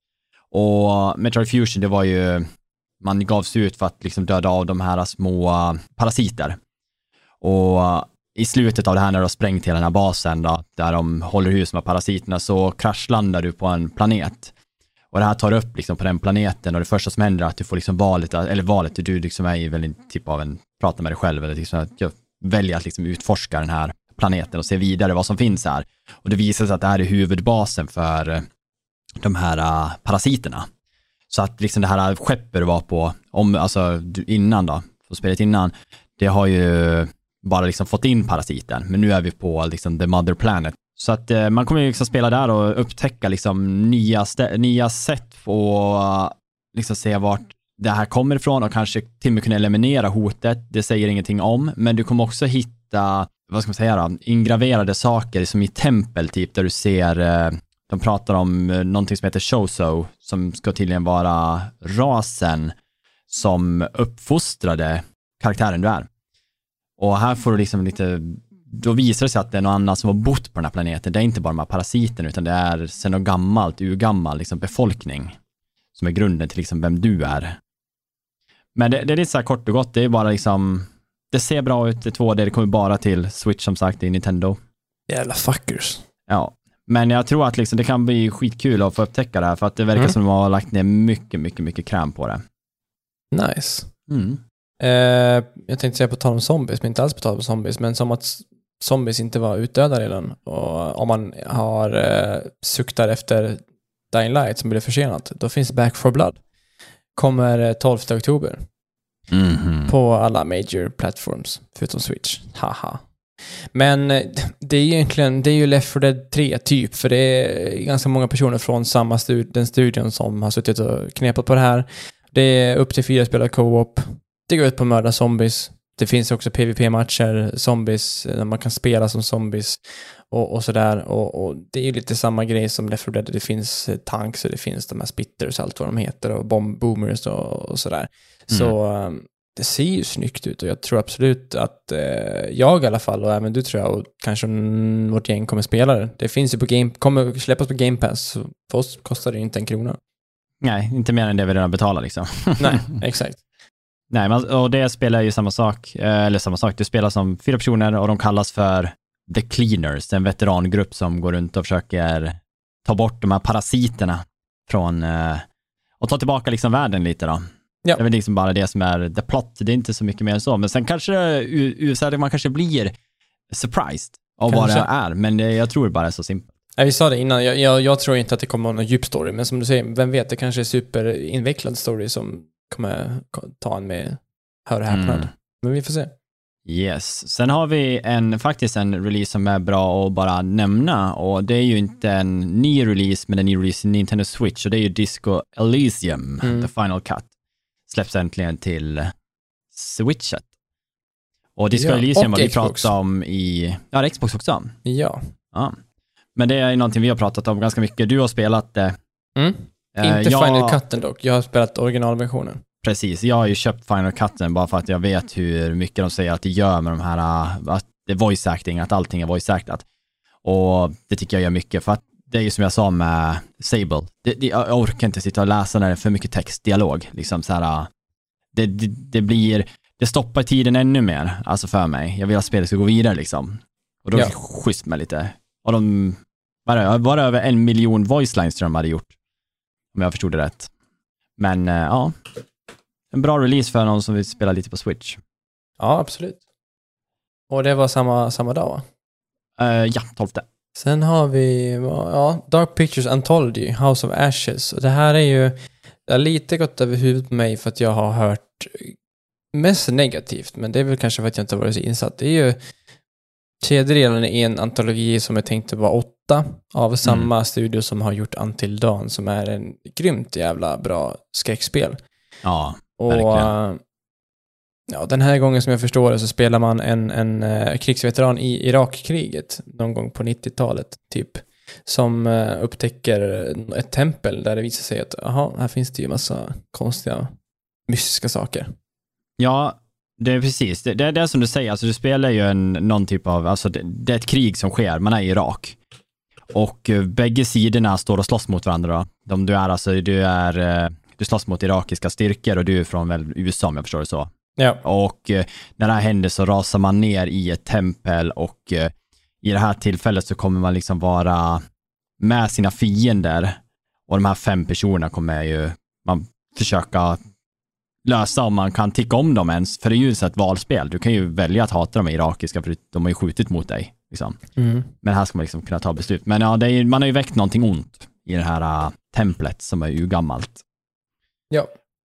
Och Metroid Fusion, det var ju, man gav sig ut för att liksom döda av de här små parasiter. Och i slutet av det här när du har sprängt hela den här basen då, där de håller hus med parasiterna, så kraschlandar du på en planet. Och det här tar upp liksom på den planeten, och det första som händer är att du får liksom valet, eller valet, du liksom är väl en typ av en, prata med dig själv, eller liksom att jag väljer att liksom utforska den här planeten och se vidare vad som finns här. Och det visar sig att det här är huvudbasen för de här uh, parasiterna. Så att liksom det här skeppet var på, om, alltså innan då, för spelet innan, det har ju bara liksom fått in parasiten, men nu är vi på liksom the mother planet. Så att uh, man kommer ju liksom spela där och upptäcka liksom nya, st- nya sätt och uh, liksom se vart det här kommer ifrån, och kanske till och med kunna eliminera hotet. Det säger ingenting om, men du kommer också hitta, vad ska man säga då, ingraverade saker som i tempel typ, där du ser, uh, de pratar om uh, någonting som heter Shoso, som ska tydligen vara rasen som uppfostrade karaktären du är. Och här får du liksom lite, då visar det sig att det är någon annan som har bott på den här planeten. Det är inte bara de här parasiterna, utan det är sen något gammalt, urgammal liksom befolkning som är grunden till liksom vem du är. Men det, det är lite så här kort och gott, det är bara liksom, det ser bra ut, det två D, det kommer bara till Switch som sagt, i Nintendo. Jävla fuckers. Ja, men jag tror att liksom det kan bli skitkul att få upptäcka det här, för att det verkar mm. som att de har lagt ner mycket, mycket, mycket kräm på det. Nice. Mm. Eh, jag tänkte säga på tal om zombies, men inte alls på tal om zombies, men som att zombies inte var utdöda redan. Och om man har eh, suktar efter Dying Light som blir försenat, då finns Back for Blood. Kommer tolfte oktober. Mm-hmm. På alla major platforms, förutom Switch. Haha. Men det är ju egentligen, det är ju Left four Dead tre typ, för det är ganska många personer från samma stud- den studion som har suttit och knepat på det här. Det är upp till fyra spelare co-op. Det går ut på att mörda zombies. Det finns också PvP-matcher, zombies, där man kan spela som zombies och, och sådär. Och, och det är ju lite samma grej som Left four Dead. Det finns tanks och det finns de här spitters, allt vad de heter, och bomb boomers och, och sådär. Mm. Så um, det ser ju snyggt ut, och jag tror absolut att eh, jag i alla fall, och även du tror jag, och kanske mm, vårt gäng kommer spela det. Det finns ju på Game, kommer släppas på Game Pass, så för oss kostar det inte en krona. Nej, inte mer än det vi redan betalar liksom. Nej, exakt. Nej, men, och det spelar ju samma sak, eller samma sak, du spelar som fyra personer och de kallas för The Cleaners, en veterangrupp som går runt och försöker ta bort de här parasiterna från, eh, och ta tillbaka liksom världen lite då. Ja. Det är väl liksom bara det som är the plot, det är inte så mycket mer än så, men sen kanske U S A, man kanske blir surprised av kanske vad det är, men det, jag tror det bara är så simpelt. Ja, vi sa det innan, jag, jag, jag tror inte att det kommer någon djup story, men som du säger, vem vet, det kanske är superinvecklad story som kommer ta en med hör och häpnad. Mm. Men vi får se. Yes. Sen har vi en, faktiskt en release som är bra att bara nämna, och det är ju inte en ny release, men en ny release i Nintendo Switch, och det är ju Disco Elysium, mm. The Final Cut. Släpps äntligen till Switchet. Och Disco ja, Elysium har vi pratat om i, ja, det är Xbox också. Ja. Ja. Men det är någonting vi har pratat om ganska mycket. Du har spelat det. Mm. Uh, inte jag... Final Cutten dock. Jag har spelat originalversionen. Precis. Jag har ju köpt Final Cutten bara för att jag vet hur mycket de säger att det gör med de här, att det är voice acting, att allting är voice actat. Och det tycker jag gör mycket, för att det är ju som jag sa med Sable. Det, det, jag orkar inte sitta och läsa när det är för mycket text, dialog. Liksom så här, det, det, det blir, det stoppar tiden ännu mer, alltså för mig. Jag vill att spelet ska gå vidare liksom. Och då är det ja. schysst med lite. Och de, var det, var det över en miljon voice lines de hade gjort, om jag förstod det rätt. Men äh, ja, en bra release för någon som vill spela lite på Switch. Ja, absolut. Och det var samma, samma dag, va? Uh, ja, tolfte. Sen har vi ja, Dark Pictures Anthology, House of Ashes. Och det här är ju, det har lite gått över huvudet på mig för att jag har hört mest negativt, men det är väl kanske för att jag inte har varit så insatt. Det är ju tredjedelen i en antologi som jag tänkte var åtta av samma mm. studio som har gjort Until Dawn, som är en grymt jävla bra skräckspel. Ja, och verkligen. Ja, den här gången som jag förstår det så spelar man en, en uh, krigsveteran i Irakkriget någon gång på nittiotalet typ, som uh, upptäcker ett tempel där det visar sig att aha, här finns det ju massa konstiga mystiska saker. Ja, det är precis. Det, det, det är som du säger, alltså du spelar ju en, någon typ av, alltså det, det är ett krig som sker, man är i Irak. Och uh, bägge sidorna står och slåss mot varandra då. De, du är alltså, du är uh, du slåss mot irakiska styrkor och du är från väl U S A om jag förstår det så. Ja. Och uh, när det här händer så rasar man ner i ett tempel och uh, i det här tillfället så kommer man liksom vara med sina fiender och de här fem personerna kommer ju man försöka lösa om man kan ticka om dem ens, för det är ju ett valspel. Du kan ju välja att hata de irakiska för de har ju skjutit mot dig. Liksom. Mm. Men här ska man liksom kunna ta beslut. Men ja, det är, man har ju väckt någonting ont i det här uh, templet som är ju gammalt. Ja.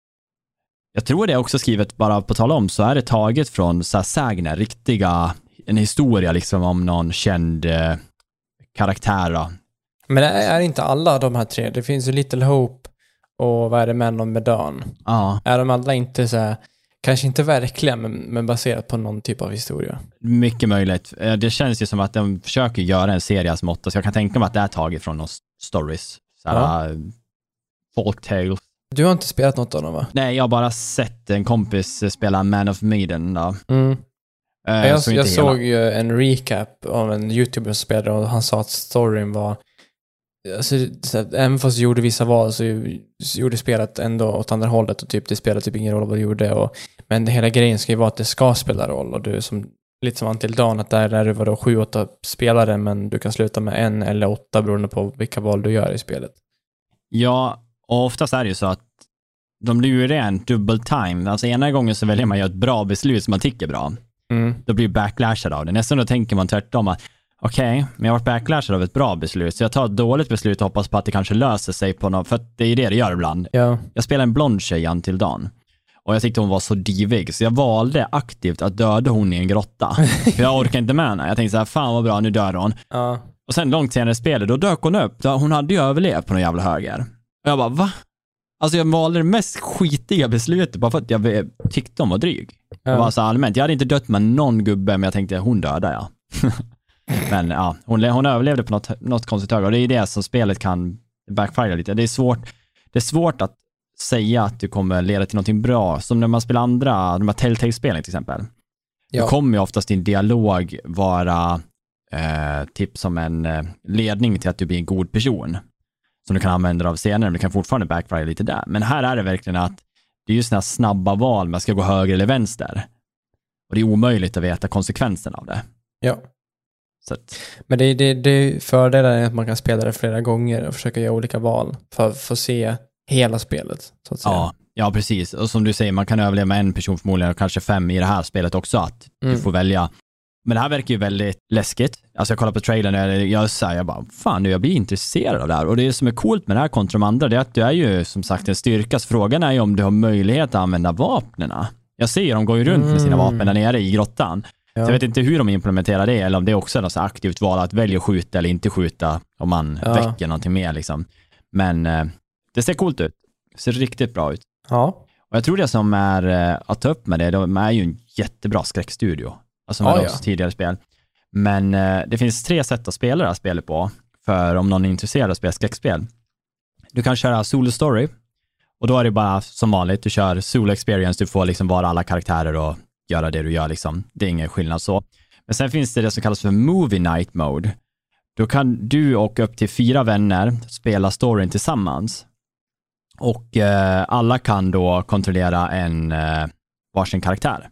Jag tror det är också skrivet, bara på tala om, så är det taget från så här sägner, riktiga, en historia liksom om någon känd uh, karaktär då. Men det är inte alla de här tre. Det finns ju Little Hope och vad är det, Man of Medan. Ja. Är de alla inte så här, kanske inte verkliga, men, men baserat på någon typ av historia? Mycket möjligt. Det känns ju som att de försöker göra en serie som åtta, så jag kan tänka mig att det är taget från någon stories. Såhär, ja. Folktales. Du har inte spelat något av dem, va? Nej, jag har bara sett en kompis spela Man of Medan då. Mm. Uh, jag så jag inte såg hela. ju en recap av en YouTuber som spelade och han sa att storyn var alltså, även fast du gjorde vissa val så gjorde spelet ändå åt andra hållet och typ det spelade typ ingen roll vad du gjorde och, men hela grejen ska ju vara att det ska spela roll och du som lite som Until Dawn att där är det var då sju, åtta spelare men du kan sluta med en eller åtta beroende på vilka val du gör i spelet. Ja, och oftast är det ju så att de lurar en double time. Alltså ena gången så väljer man ju ett bra beslut som man tycker är bra. Mm. Då blir backlashad av det. Nästan då tänker man tvärtom att okej, okay, men jag har varit backlashad av ett bra beslut så jag tar ett dåligt beslut och hoppas på att det kanske löser sig på något, för att det är det det gör ibland. Ja. Jag spelade en blond tjej Until Dawn och jag tyckte hon var så divig så jag valde aktivt att döda hon i en grotta. För jag orkar inte med henne. Jag tänkte så här, fan vad bra, nu dör hon. Ja. Och sen långt senare i spelet, då dök hon upp. Hon hade ju överlevt på någon jävla höger. Och jag bara, va? Alltså jag valde det mest skitiga beslutet bara för att jag tyckte hon var dryg. Ja. Det var så allmänt. Jag hade inte dött med någon gubbe, men jag tänkte, hon dödar jag. Men ja, hon, hon överlevde på något, något konstigt hög. Och det är det som spelet kan backfire lite. Det är svårt, det är svårt att säga att du kommer leda till någonting bra. Som när man spelar andra, de här Telltale-spelen till exempel. Ja. Då kommer ju oftast din dialog vara eh, typ som en eh, ledning till att du blir en god person. Som du kan använda av senare, men du kan fortfarande backfire lite där. Men här är det verkligen att det är ju sådana snabba val, man ska gå höger eller vänster. Och det är omöjligt att veta konsekvenserna av det. Ja. Så att, men det, det, det fördelen är att man kan spela det flera gånger och försöka göra olika val för att få se hela spelet, så att säga. Ja, ja, precis. Och som du säger, man kan överleva med en person förmodligen och kanske fem i det här spelet också, att mm. du får välja. Men det här verkar ju väldigt läskigt. Alltså jag kollar på trailern och jag säger jag bara, fan nu jag blir intresserad av det här. Och det som är coolt med det här kontra de andra, det är att du är ju som sagt en styrka. Så frågan är ju om du har möjlighet att använda vapnena. Jag ser ju, de går ju runt med sina vapen där nere i grottan. Ja. Så jag vet inte hur de implementerar det, eller om det är också är något så aktivt val att välja att skjuta eller inte skjuta om man ja. väcker någonting mer liksom. Men eh, det ser coolt ut. Det ser riktigt bra ut. Ja. Och jag tror det som är eh, att ta upp med det, de är ju en jättebra skräckstudio. Alltså med ah, också ja. tidigare spel. Men eh, det finns tre sätt att spela det här spelet på. För om någon är intresserad av att spela skräckspel. Du kan köra solo story. Och då är det bara som vanligt. Du kör solo experience. Du får liksom vara alla karaktärer och göra det du gör liksom. Det är ingen skillnad så. Men sen finns det det som kallas för movie night mode. Då kan du och upp till fyra vänner spela storyn tillsammans. Och eh, alla kan då kontrollera en eh, varsin karaktär.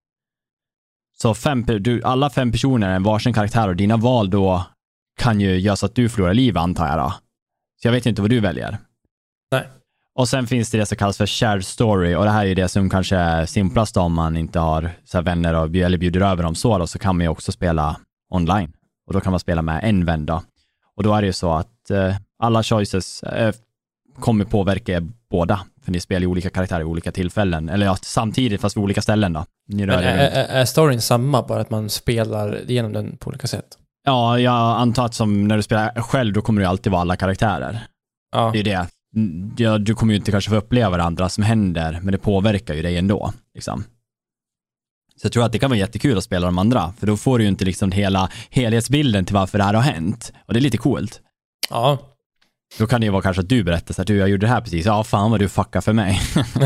Så fem, du, alla fem personer är en varsin karaktär och dina val då kan ju göra så att du förlorar liv, antar jag då. Så jag vet inte vad du väljer. Nej. Och sen finns det det som kallas för shared story, och det här är det som kanske är simplast om man inte har så här vänner och, eller bjuder över dem så då, så kan man ju också spela online. Och då kan man spela med en vän då. Och då är det ju så att eh, alla choices eh, kommer påverka båda. För ni spelar ju olika karaktärer i olika tillfällen. Eller ja, samtidigt fast vid olika ställen då. Ni Men är, är, är storyn samma, bara att man spelar igenom den på olika sätt? Ja, jag antar att som när du spelar själv, då kommer det alltid vara alla karaktärer. Ja. Det är det. Ja, du kommer ju inte kanske få uppleva det andra som händer, men det påverkar ju dig ändå. Liksom. Så jag tror att det kan vara jättekul att spela de andra. För då får du ju inte liksom hela helhetsbilden till varför det här har hänt. Och det är lite coolt. Ja. Då kan det ju vara kanske att du berättar så att du, jag gjorde det här precis. Ja, fan vad du fuckar för mig.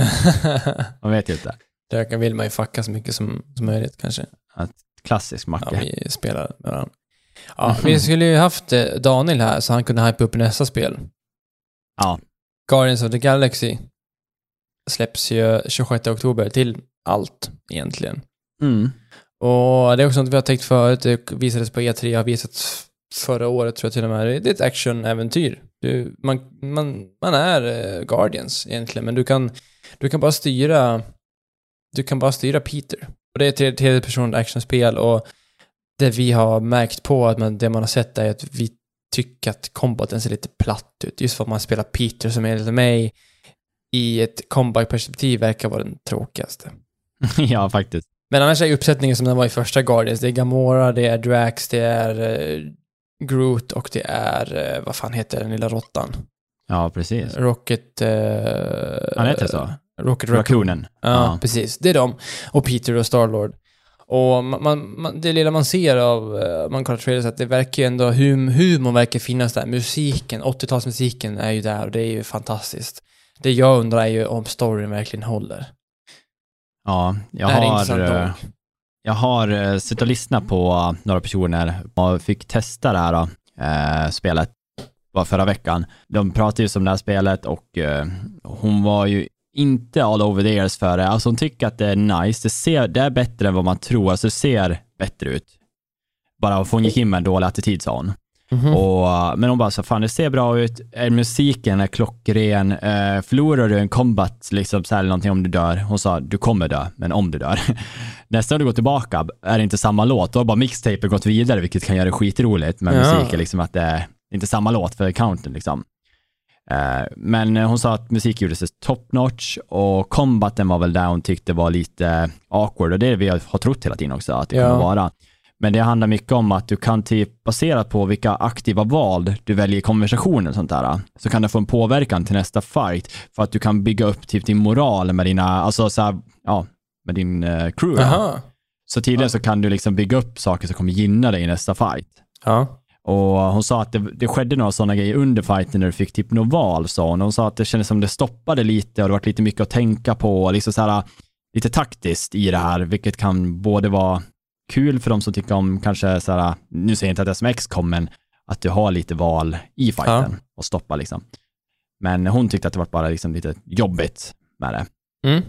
Man vet ju inte. Där vill man ju fucka så mycket som, som möjligt kanske. Ett klassisk macka. Ja, vi spelar med varandra. Ja, vi skulle ju haft Daniel här så han kunde hype upp nästa spel. Ja. Guardians of the Galaxy släpps ju tjugosjätte oktober till allt egentligen. Mm. Och det är också något vi har tänkt förut. Det visades på E tre, har visats förra året tror jag till och med. Det är ett action-äventyr. Du, man, man, man är uh, Guardians egentligen, men du kan, du kan bara styra du kan bara styra Peter. Och det är ett tredje person actionspel, och det vi har märkt på att man, det man har sett är att vi tycker att combaten ser lite platt ut. Just för att man spelar Peter som enligt mig i ett combat-perspektiv verkar vara den tråkigaste. Ja, faktiskt. Men annars är uppsättningen som den var i första Guardians. Det är Gamora, det är Drax, det är uh, Groot och det är, uh, vad fan heter den lilla råttan? Ja, precis. Rocket... Uh, Han heter så? Rocket Raccoonen. Ja, ja, precis. Det är de. Och Peter och Star-Lord. Och man, man, man, det lilla man ser av uh, man kollar trailers att det verkar ju ändå hum, humor verkar finnas där. Musiken, åttiotalsmusiken är ju där och det är ju fantastiskt. Det jag undrar är ju om storyn verkligen håller. Ja, jag har, jag har suttit och lyssnat på några personer och fick testa det här då, eh, spelet var förra veckan. De pratade ju om det här spelet och eh, hon var ju inte all over the years för det. Alltså hon tycker att det är nice. Det, ser, det är bättre än vad man tror. Alltså det ser bättre ut. Bara att hon gick in med en dålig attityd, sa hon. Mm-hmm. Och, men hon bara så fan, det ser bra ut. Är musiken är klockren. Eh, förlorar du en combat liksom, så här, eller någonting om du dör. Hon sa, du kommer dö, men om du dör. Nästa gång du går tillbaka är det inte samma låt. Då har bara mixtapen gått vidare, vilket kan göra det skitroligt. Men ja. Musiken liksom att det är inte samma låt för counten liksom. Eh, men hon sa att musik gjordes top notch och combaten var väl där hon tyckte var lite awkward. Och det är det vi har trott hela tiden också att det ja. Kommer vara. Men det handlar mycket om att du kan typ baserat på vilka aktiva val du väljer i konversationen och sånt där, så kan det få en påverkan till nästa fight för att du kan bygga upp typ din moral med dina, alltså så här, ja, med din uh, crew. Aha. Så tidigare ja. Så kan du liksom bygga upp saker som kommer gynna dig i nästa fight. Ja. Och hon sa att det, det skedde några sådana grejer under fighten när du fick typ något val, sa hon. Hon sa att det kändes som det stoppade lite och det var lite mycket att tänka på, liksom så här, lite taktiskt i det här, vilket kan både vara kul för de som tycker om kanske så här, nu säger jag inte att S M X kom, men att du har lite val i fighten ja. Och stoppa liksom. Men hon tyckte att det var bara liksom lite jobbigt med det. Mm.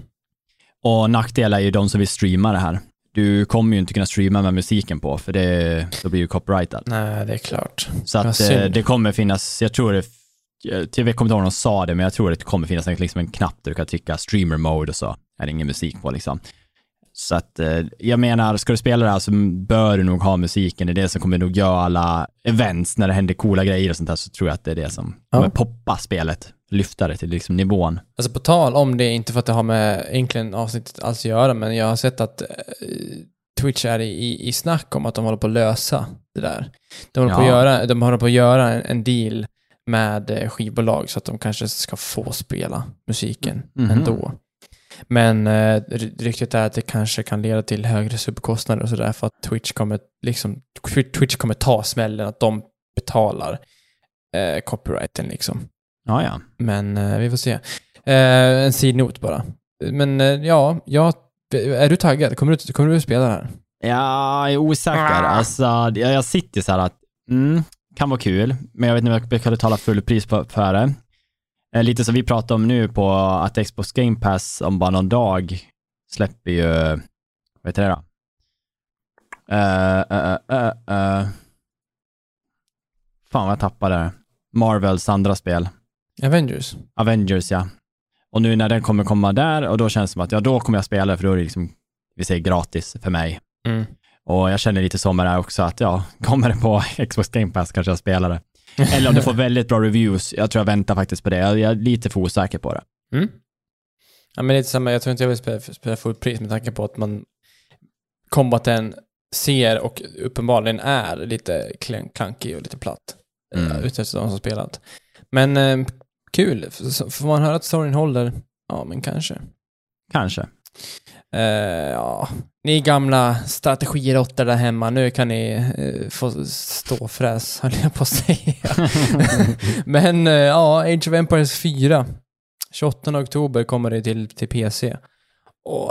Och nackdel är ju de som vill streama det här. Du kommer ju inte kunna streama med musiken på, för det då blir ju copyrightat. Nej, det är klart. Så att det, det kommer finnas, jag tror det, jag vet inte om de sa det, men jag tror att det kommer finnas liksom en knapp där du kan trycka streamer mode och så är det ingen musik på liksom. Så att jag menar, ska du spela det här så bör du nog ha musiken. Det är det som kommer nog göra alla events när det händer coola grejer och sånt där, så tror jag att det är det som kommer ja. Poppa spelet, lyfta det till liksom nivån. Alltså på tal om det, inte för att det har med egentligen avsnittet alls att göra, men jag har sett att eh, Twitch är i, i snack om att de håller på att lösa det där. De håller, ja. på, att göra, de håller på att göra en, en deal med skivbolag så att de kanske ska få spela musiken mm-hmm. ändå. Men eh, riktigt är att det kanske kan leda till högre subkostnader och sådär, för att Twitch kommer liksom Twitch kommer ta smällen att de betalar eh, copyrighten liksom. Ja, ja. Men eh, vi får se. Eh, en sidnot bara. Men eh, ja, ja, är du taggad? Kommer du, kommer du att spela det här? Ja, jag är osäker. Alltså, jag, jag sitter så här att mm, kan vara kul, men jag vet inte om jag kan betala full pris på, för det. Lite som vi pratar om nu på att Xbox Game Pass om bara någon dag släpper ju, vad heter det då? Uh, uh, uh, uh. Fan vad jag tappade. Marvels andra spel. Avengers. Avengers, ja. Och nu när den kommer komma där, och då känns det som att ja, då kommer jag spela, för då är det liksom, vi säger gratis för mig. Mm. Och jag känner lite som det här också att ja, kommer det på Xbox Game Pass kanske jag spelar det. Eller om det får väldigt bra reviews. Jag tror jag väntar faktiskt på det. Jag är lite för osäker på det. Mm. Ja, men lite samma. Jag tror inte jag vill spela, spela full pris med tanke på att man combaten ser och uppenbarligen är lite klankig och lite platt. Mm. Uh, utifrån de som spelat. Men uh, kul. Får man höra att storyn håller? Ja, men kanske. Kanske. Uh, ja, ni gamla strategirotter där hemma, nu kan ni uh, få stå fräs, höll jag på att säga. Men uh, ja, Age of Empires fyra tjugoåttonde oktober kommer det till, till P C. Och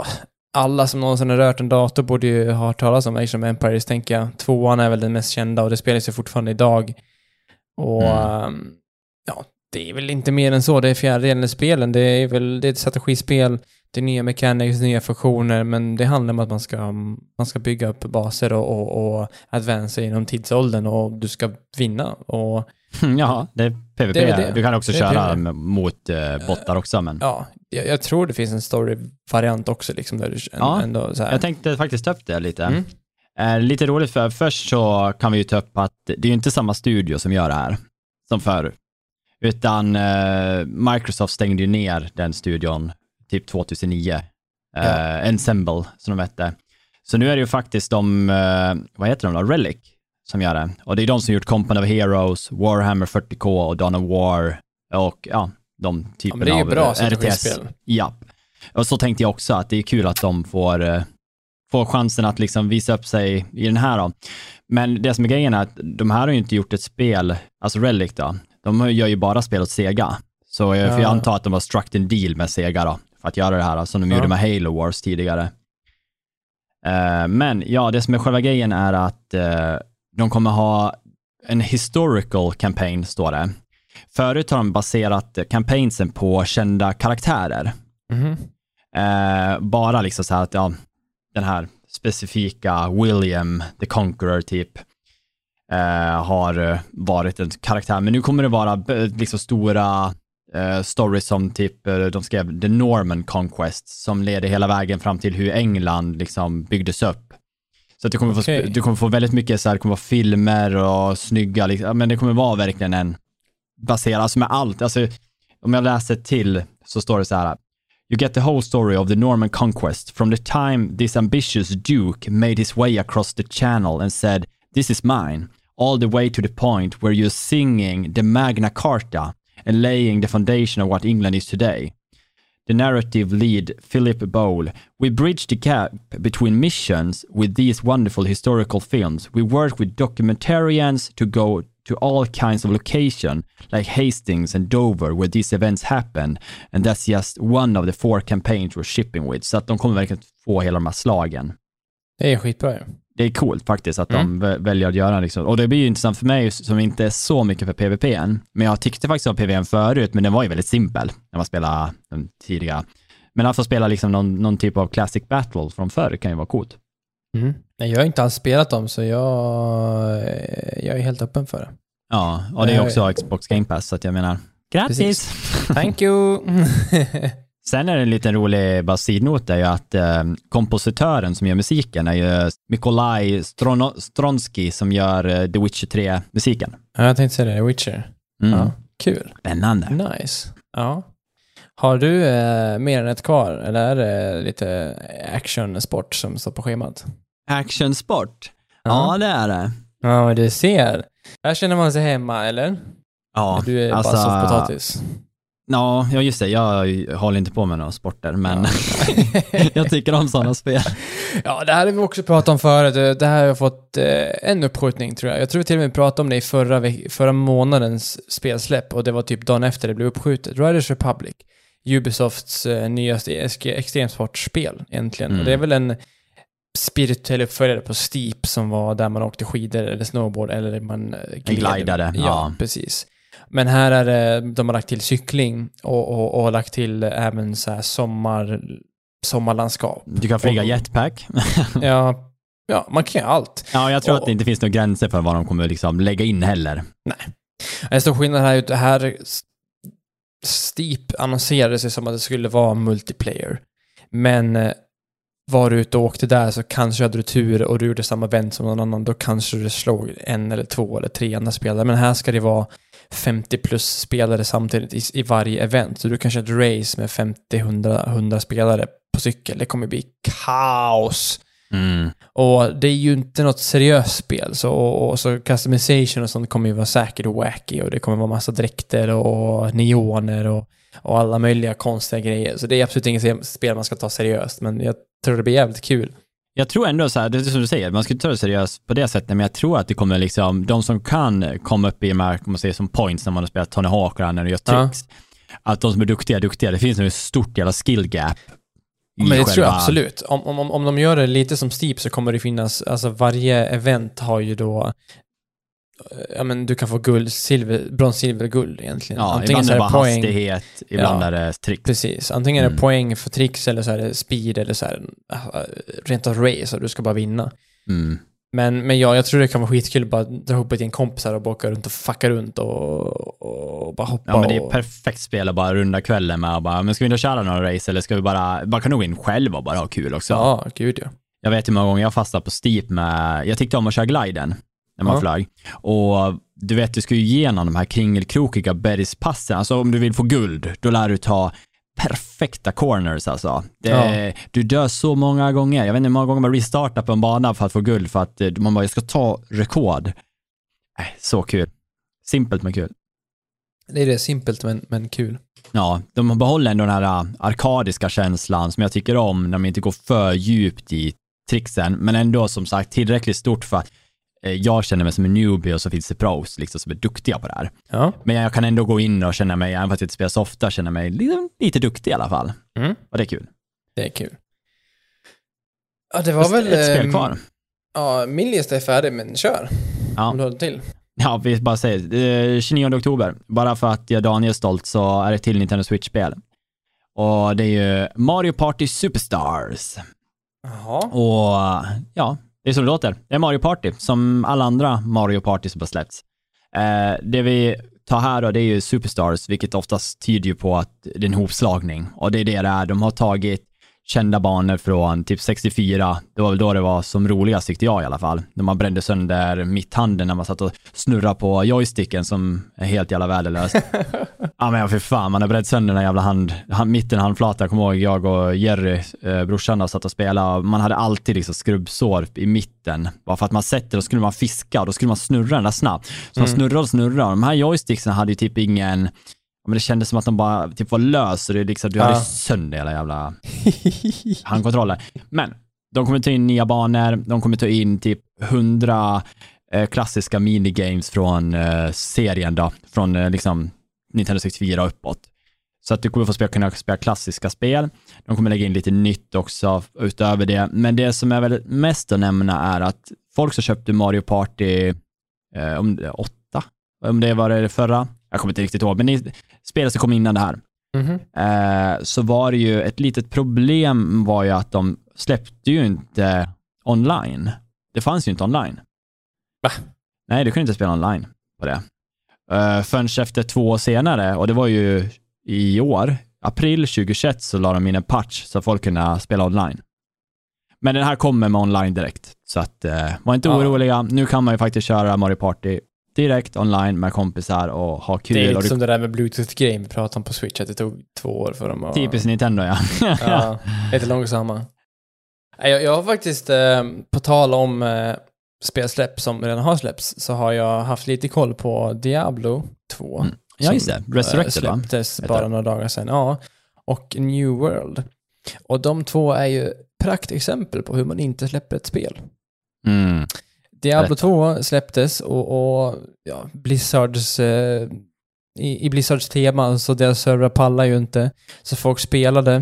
alla som någonsin har rört en dator borde ju ha hört talas om Age of Empires, tänker jag. Tvåan är väl den mest kända och det spelas ju fortfarande idag. Och mm. um, ja, det är väl inte mer än så. Det är fjärdedelen i spelen. Det är väl det är ett strategispel. Det är nya mechanics, nya funktioner, men det handlar om att man ska, man ska bygga upp baser och, och, och advansa inom tidsåldern och du ska vinna. Och ja, det är PvP. Det är det. Du kan också köra PvP. Mot uh, bottar också. Men... Ja, jag, jag tror det finns en story-variant också. Liksom, där du, ja, ändå, så här. Jag tänkte faktiskt ta upp det lite. Mm. Eh, lite roligt för först så kan vi ju ta upp att det är ju inte samma studio som gör det här som förr. Utan eh, Microsoft stängde ju ner den studion typ tvåtusen-nio. Ja. Eh, Ensemble, som de hette. Så nu är det ju faktiskt de, eh, vad heter de då? Relic som gör det. Och det är de som gjort Company of Heroes, Warhammer fyrtio K och Dawn of War och ja, de typerna ja, av bra R T S. Ja. Och så tänkte jag också att det är kul att de får, eh, får chansen att liksom visa upp sig i den här då. Men det som är grejen är att de här har ju inte gjort ett spel, alltså Relic då, de gör ju bara spel åt Sega. Så jag, ja. för jag antar att de har struck en deal med Sega då, för att göra det här, som de ja. gjorde med Halo Wars tidigare. Uh, men ja, det som är själva grejen är att uh, de kommer ha en historical campaign, står det. Förut har de baserat campaignsen på kända karaktärer. Mm-hmm. Uh, bara liksom så här att ja, den här specifika William the Conqueror typ uh, har varit en karaktär. Men nu kommer det vara liksom stora Uh, stories som typ uh, de skrev The Norman Conquest som leder hela vägen fram till hur England liksom byggdes upp. Så att du kommer, okay. få, du kommer få väldigt mycket så här, det kommer vara filmer och snygga liksom, men det kommer vara verkligen en baserad alltså med allt. Alltså, om jag läser till så står det så här: You get the whole story of the Norman Conquest from the time this ambitious duke made his way across the channel and said, "This is mine," all the way to the point where you're singing the Magna Carta and laying the foundation of what England is today. The narrative lead, Philip Bowl. We bridge the gap between missions with these wonderful historical films. We work with documentarians to go to all kinds of locations, like Hastings and Dover, where these events happen. And that's just one of the four campaigns we're shipping with. Så att de kommer verkligen få hela de här slagen. Det är skitbra ju. Det är coolt faktiskt att mm. de väljer att göra liksom. Och det blir ju intressant för mig som inte är så mycket för PvP än. Men jag tyckte faktiskt om PvP förut, men den var ju väldigt simpel när man spelade den tidiga. Men att få spela liksom någon, någon typ av classic battle från förr kan ju vara coolt. Mm. Nej, jag har inte alls spelat dem, så jag, jag är helt öppen för det. Ja, och det är också Xbox Game Pass, så att jag menar, grattis! Thank you! Sen är det en liten rolig bara sidnot är ju att eh, kompositören som gör musiken är ju Mikolaj Stron- Stronsky som gör eh, The Witcher tre-musiken. Ja, jag tänkte säga det, The Witcher. Mm. Ja, kul. Spännande. Nice. Ja. Har du eh, mer än ett kvar, eller är det lite action-sport som står på schemat? Action-sport? Ja, ja det är det. Ja, du ser. Här känner man sig hemma, eller? Ja. Du är alltså, bara soffpotatis. Ja, just det. Jag håller inte på med några sporter, men ja. jag tycker om sådana spel. Ja, det här har vi också pratat om förut. Det här har jag fått eh, en uppskjutning, tror jag. Jag tror vi till och med pratade om det i förra, veck- förra månadens spelsläpp, och det var typ dagen efter det blev uppskjutet. Riders Republic, Ubisofts eh, nyaste extremsportspel egentligen. Mm. Och det är väl en spirituell uppföljare på Steep som var där man åkte skidor eller snowboard eller man glidade. Ja, ja, precis. Men här är det, de har lagt till cykling och, och, och har lagt till även så här sommar, sommarlandskap. Du kan flyga och, jetpack. ja, ja, man kan göra allt. Ja, jag tror och, att det inte finns några gränser för vad de kommer liksom lägga in heller. Nej. En stor skillnad här ute, här Steep annonserade sig som att det skulle vara multiplayer. Men var du ute och åkte där så kanske hade du tur och du gjorde samma event som någon annan, då kanske du slog en eller två eller tre andra spelare. Men här ska det vara femtio plus spelare samtidigt i, i varje event. Så du kanske ett race med femtio hundra spelare på cykel. Det kommer bli kaos. Mm. Och det är ju inte något seriöst spel. Så, och, och så customization och sånt kommer ju vara säkert wacky. Och det kommer vara massa dräkter och neoner och, och alla möjliga konstiga grejer. Så det är absolut inget spel man ska ta seriöst. Men jag tror det blir jävligt kul. Jag tror ändå så här, det är som du säger, man ska inte ta det seriöst på det sättet, men jag tror att det kommer liksom, de som kan komma upp i de här, man säger som points när man har spelat Tony Hawk när du gör tricks, ja. Att de som är duktiga, duktiga, det finns en stort jävla skill gap i Men det själva... tror jag absolut. Om, om, om de gör det lite som Steep så kommer det finnas, alltså varje event har ju då, ja men du kan få guld, silver, brons, silver, guld egentligen. Ja, antingen ibland så är är det det bara poäng, hastighet, ibland ja, är det tricks. Precis, antingen är det Mm. poäng för tricks eller så är det speed eller så här, äh, rent av race och du ska bara vinna. Mm. Men, men ja, jag tror det kan vara skitkul att bara dra ihop ett gäng kompisar och åka runt och fucka runt och, och bara hoppa. Ja, men det är och... perfekt spel att bara runda kvällen med och bara, men ska vi inte köra några race eller ska vi bara, bara kan nog in själv och bara ha kul också. Ja, gud ja. Jag vet hur många gånger jag fastnade på Steep med, jag tyckte om att köra gliden när man Ja. flög. Och du vet, du ska ju igenom de här kringelkrokiga bergspassen. Alltså om du vill få guld, då lär du ta perfekta corners alltså. Det, Ja. Du dör så många gånger. Jag vet inte hur många gånger man restartar på en bana för att få guld för att man bara, jag ska ta rekord. Äh, så kul. Simpelt men kul. Det är det, simpelt men, men kul. Ja, de behåller ändå den här arkadiska känslan som jag tycker om när man inte går för djupt i tricksen, men ändå som sagt tillräckligt stort för att eh, jag känner mig som en newbie och så finns det pros liksom, som är duktiga på det här. Ja. Men jag kan ändå gå in och känna mig, även fast jag inte spelar så ofta, känna mig lite, lite duktig i alla fall. Mm. Och det är kul. Det är kul. Ja, det var väl... Ett spel ehm, kvar. Ja, min lista är färdig, men kör. Ja. Om du har det till. Ja, vi bara säger eh, tjugonionde oktober. Bara för att jag Daniel är stolt så är det till Nintendo Switch-spel. Och det är ju Mario Party Superstars. Jaha. Och ja, det är som det låter. Det är Mario Party, som alla andra Mario Party som har släppts. Eh, det vi tar här då, det är ju Superstars, vilket oftast tyder ju på att det är en hopslagning. Och det är det det är. De har tagit kända banor från typ sextiofyra. Det var väl då det var som roligast tyckte jag i alla fall. När man brände sönder mitthanden när man satt och snurrade på joysticken som är helt jävla värdelöst. Ja men för fan, man har bränt sönder den jävla hand, hand mitten handflata. Jag kommer ihåg jag och Jerry, eh, brorsan, satt och spelade. Man hade alltid liksom skrubbsår i mitten. Bara för att man sätter och skulle man fiska och då skulle man snurra den där snabbt. Så man Mm. snurrar och snurrar. De här joysticksen hade ju typ ingen... Men det kändes som att de bara typ var lös och det liksom, du Ja. hade sönder hela jävla handkontroller. Men de kommer ta in nya banor, de kommer ta in typ hundra eh, klassiska minigames från eh, serien då, från eh, liksom Nintendo sextiofyra uppåt. Så att du kommer få spela, kunna spela klassiska spel. De kommer lägga in lite nytt också utöver det. Men det som är väl mest att nämna är att folk som köpte Mario Party eh, om det är åtta, om det var det förra, jag kommer inte riktigt ihåg, men i spelet som kom innan det här, Mhm. eh, så var det ju ett litet problem var ju att de släppte ju inte online. Det fanns ju inte online. Va? Nej, du kunde inte spela online på det. Eh, förrän efter två år senare, och det var ju i år, april tjugohundratjugoett, så la de in en patch så folk kunde spela online. Men den här kommer med online direkt. Så att, eh, var inte Ja. oroliga. Nu kan man ju faktiskt köra Mario Party direkt online med kompisar och ha kul. Det är och lite du, som det där med Bluetooth-grejen vi pratade om på Switch, att det tog två år för dem att... typiskt Nintendo, ja. Ja, lite långsamma. Nej, Jag, jag har faktiskt, eh, på tal om eh, spelsläpp som redan har släppts, så har jag haft lite koll på Diablo två. Mm. Ja, just det. som, Resurrected, eh, va? släpptes Heter bara det. några dagar sedan. Ja, och New World. Och de två är ju praktexempel på hur man inte släpper ett spel. Mm. Diablo Berätta. två släpptes och, och ja, Blizzards eh, i, i Blizzards tema, så deras servrar pallar ju inte, så folk spelade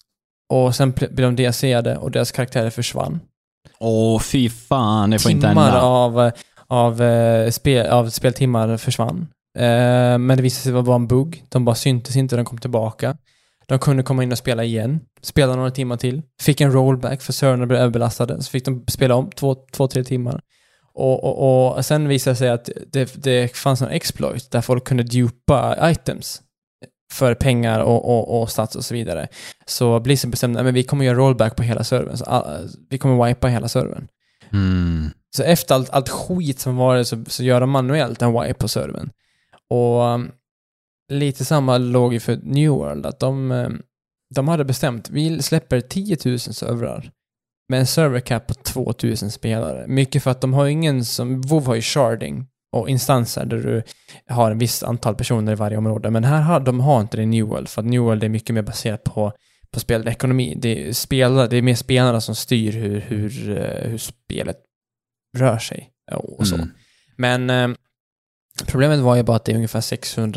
och sen blev de D L C-ade och deras karaktärer försvann. Åh, fy fan, det får inte Timmar hända. av, av, eh, spel, av speltimmar försvann. Eh, men det visade sig vara bara en bugg. De bara syntes inte och de kom tillbaka. De kunde komma in och spela igen. Spela några timmar till. Fick en rollback för servrarna blev överbelastade. Så fick de spela om två, två tre timmar. Och, och, och sen visade det sig att det, det fanns en exploit där folk kunde dupa items för pengar och, och, och stats och så vidare. Så Blizzard bestämde att vi kommer göra rollback på hela servern. Så all, vi kommer wipa hela servern. Mm. Så efter allt, allt skit som var det så, så gör de manuellt en wipe på servern. Och um, lite samma låg ju för New World, att de, um, de hade bestämt, vi släpper tio tusen servrar med en server cap på två tusen spelare. Mycket för att de har ingen som, WoW har ju sharding och instanser där du har en viss antal personer i varje område. Men här har de har inte det i New World, för att New World är mycket mer baserat på på spelekonomi. Det är, spelare, det är mer spelarna som styr hur, hur, hur spelet rör sig och så. Mm. Men eh, problemet var ju bara att det är ungefär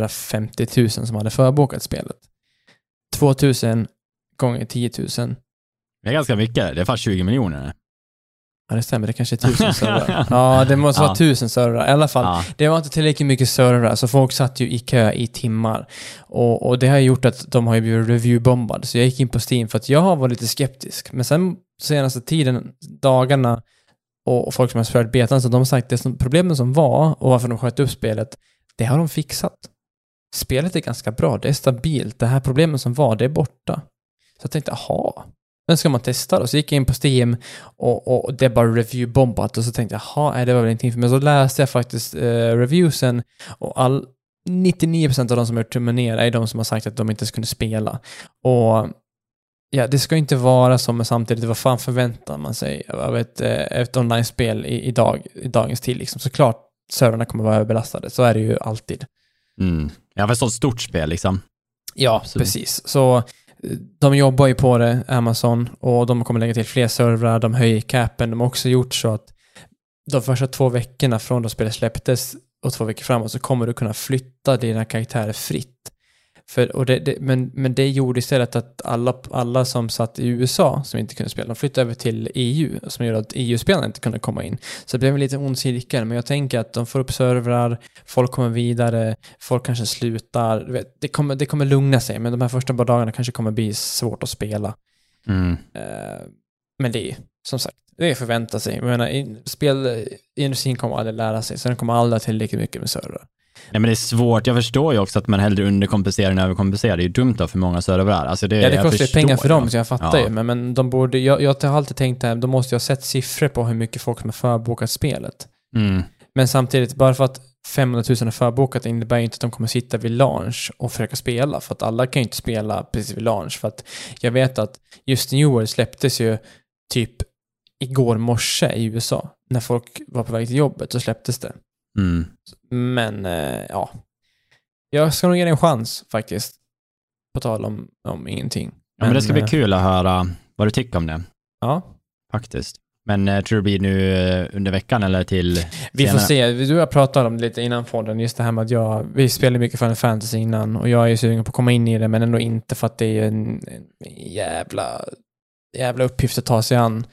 sexhundrafemtio tusen som hade förbokat spelet. två tusen gånger tio tusen Det är ganska mycket. Det är fast tjugo miljoner. Ja, det stämmer. Det kanske är tusen servrar. Ja, det måste ja. vara tusen servrar. I alla fall, ja. det var inte tillräckligt mycket servrar, så folk satt ju i kö i timmar. Och, och det har gjort att de har ju blivit reviewbombade. Så jag gick in på Steam för att jag har varit lite skeptisk. Men sen senaste tiden, dagarna och, och folk som har spelat betan, så de har sagt att det problemen som var och varför de sköt upp spelet, det har de fixat. Spelet är ganska bra, det är stabilt. Det här problemen som var, det är borta. Så jag tänkte, aha, men ska man testa då? Så gick jag in på Steam och, och det bara review-bombat och så tänkte jag, jaha, är det var väl ingenting för mig. Så läste jag faktiskt eh, reviewsen och all, nittionio procent av de som har tummen ner är de som har sagt att de inte skulle spela. Och ja, det ska inte vara som, men samtidigt, vad fan förväntar man sig av ett, ett online-spel i, i, dag, i dagens tid liksom. Såklart, serverna kommer vara överbelastade. Så är det ju alltid. Mm. Ja, för ett sånt stort spel liksom. Ja, så. Precis. Så de jobbar ju på det, Amazon, och de kommer lägga till fler servrar, de höjer capen. De har också gjort så att de första två veckorna från då spelet släpptes och två veckor framåt så kommer du kunna flytta dina karaktärer fritt. För, och det, det, men, men det gjorde istället att alla, alla som satt i U S A som inte kunde spela, de flyttade över till E U, som gjorde att E U-spelarna inte kunde komma in. Så det blev en lite ond cirkel, men jag tänker att de får upp servrar, folk kommer vidare, folk kanske slutar. Det kommer, det kommer lugna sig, men de här första bara dagarna kanske kommer bli svårt att spela. Mm. Uh, men det är, som sagt, det är förvänta sig. Jag menar, spelindustrin kommer aldrig lära sig, så den kommer aldrig till lika mycket med servrar. Nej, men det är svårt. Jag förstår ju också att man hellre underkompenserar än överkompenserar. Det är ju dumt då för många servrar. Alltså det, ja, det kostar ju pengar för dem, så jag fattar ja. ju. Men, men de borde, jag, jag har alltid tänkt att de måste ju ha sett siffror på hur mycket folk som har förbokat spelet. Mm. Men samtidigt, bara för att femhundratusen har förbokat innebär ju inte att de kommer sitta vid launch och försöka spela. För att alla kan ju inte spela precis vid launch. För att jag vet att just New World släpptes ju typ igår morse i U S A. När folk var på väg till jobbet så släpptes det. Mm. Men eh, ja, jag ska nog ge det en chans faktiskt, på tal om, om ingenting. Men, ja, men det ska bli eh, kul att höra vad du tycker om det. Ja. Faktiskt. Men eh, tror du det blir nu eh, under veckan eller till vi senare? får se. Du och jag pratade om det lite innan podden, just det här med att jag, vi spelade mycket Final Fantasy innan och jag är ju sugen på att komma in i det, men ändå inte, för att det är en, en jävla jävla uppgift att ta sig an.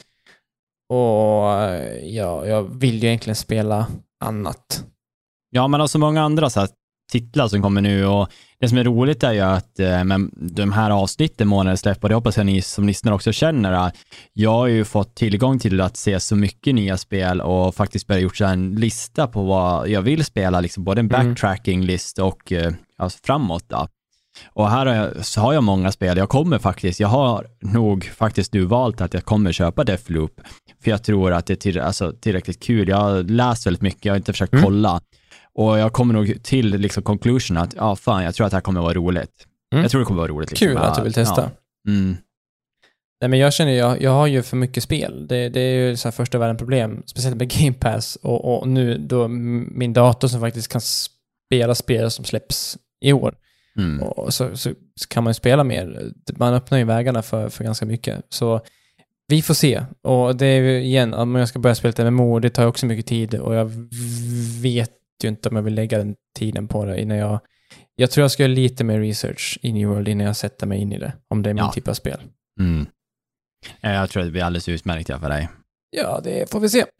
Och ja, jag vill ju egentligen spela annat. Ja, men alltså många andra så här titlar som kommer nu, och det som är roligt är ju att eh, men de här avsnitten månader släpp, och det hoppas jag ni som lyssnar också känner, att jag har ju fått tillgång till att se så mycket nya spel och faktiskt börjat gjort så en lista på vad jag vill spela, liksom både en backtracking-list och eh, alltså framåt då. Och här har jag, så har jag många spel. Jag kommer faktiskt, jag har nog faktiskt nu valt att jag kommer köpa Deathloop, för jag tror att det är till, alltså, tillräckligt kul. Jag har läst väldigt mycket, jag har inte försökt mm. kolla. Och jag kommer nog till liksom conclusion att ja, fan, jag tror att det här kommer vara roligt. Mm. Jag tror det kommer vara roligt. Liksom. Kul att du vill testa. Ja. Mm. Nej, men jag känner, jag, jag har ju för mycket spel. Det, det är ju så här första världen problem, speciellt med Game Pass. Och, och nu då min dator som faktiskt kan spela spel som släpps i år. Mm. Och så, så, så kan man ju spela mer. Man öppnar ju vägarna för, för ganska mycket. Så vi får se. Och det är ju igen, om jag ska börja spela ett M M O, det tar också mycket tid. Och jag vet ju inte om jag vill lägga den tiden på det innan jag... Jag tror jag ska göra lite mer research i New World innan jag sätter mig in i det. Om det är min ja. typ av spel. Mm. Jag tror att det blir alldeles utmärkt för dig. Ja, det får vi se.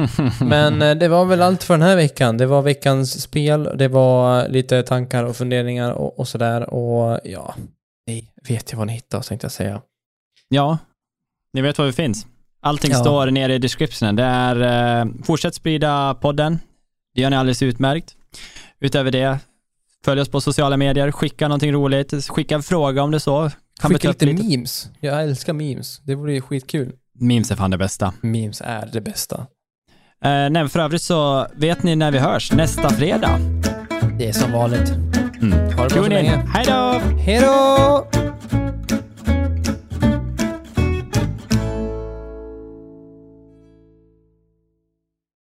Men det var väl allt för den här veckan. Det var veckans spel. Det var lite tankar och funderingar och, och sådär. Och ja, ni vet ju vad ni hittar, tänkte jag säga. Ja, ni vet var vi finns. Allting ja. står nere i descriptionen. Det är, eh, fortsätt sprida podden. Det gör ni alldeles utmärkt. Utöver det, följ oss på sociala medier. Skicka någonting roligt. Skicka en fråga om det så. Kan skicka lite, lite memes. Jag älskar memes. Det vore ju skitkul. Memes är fan det bästa. Memes är det bästa. Eh, nej, för övrigt så vet ni när vi hörs nästa fredag. Det är som vanligt. Mm. Ha det bra så länge. Hej då! Hej då!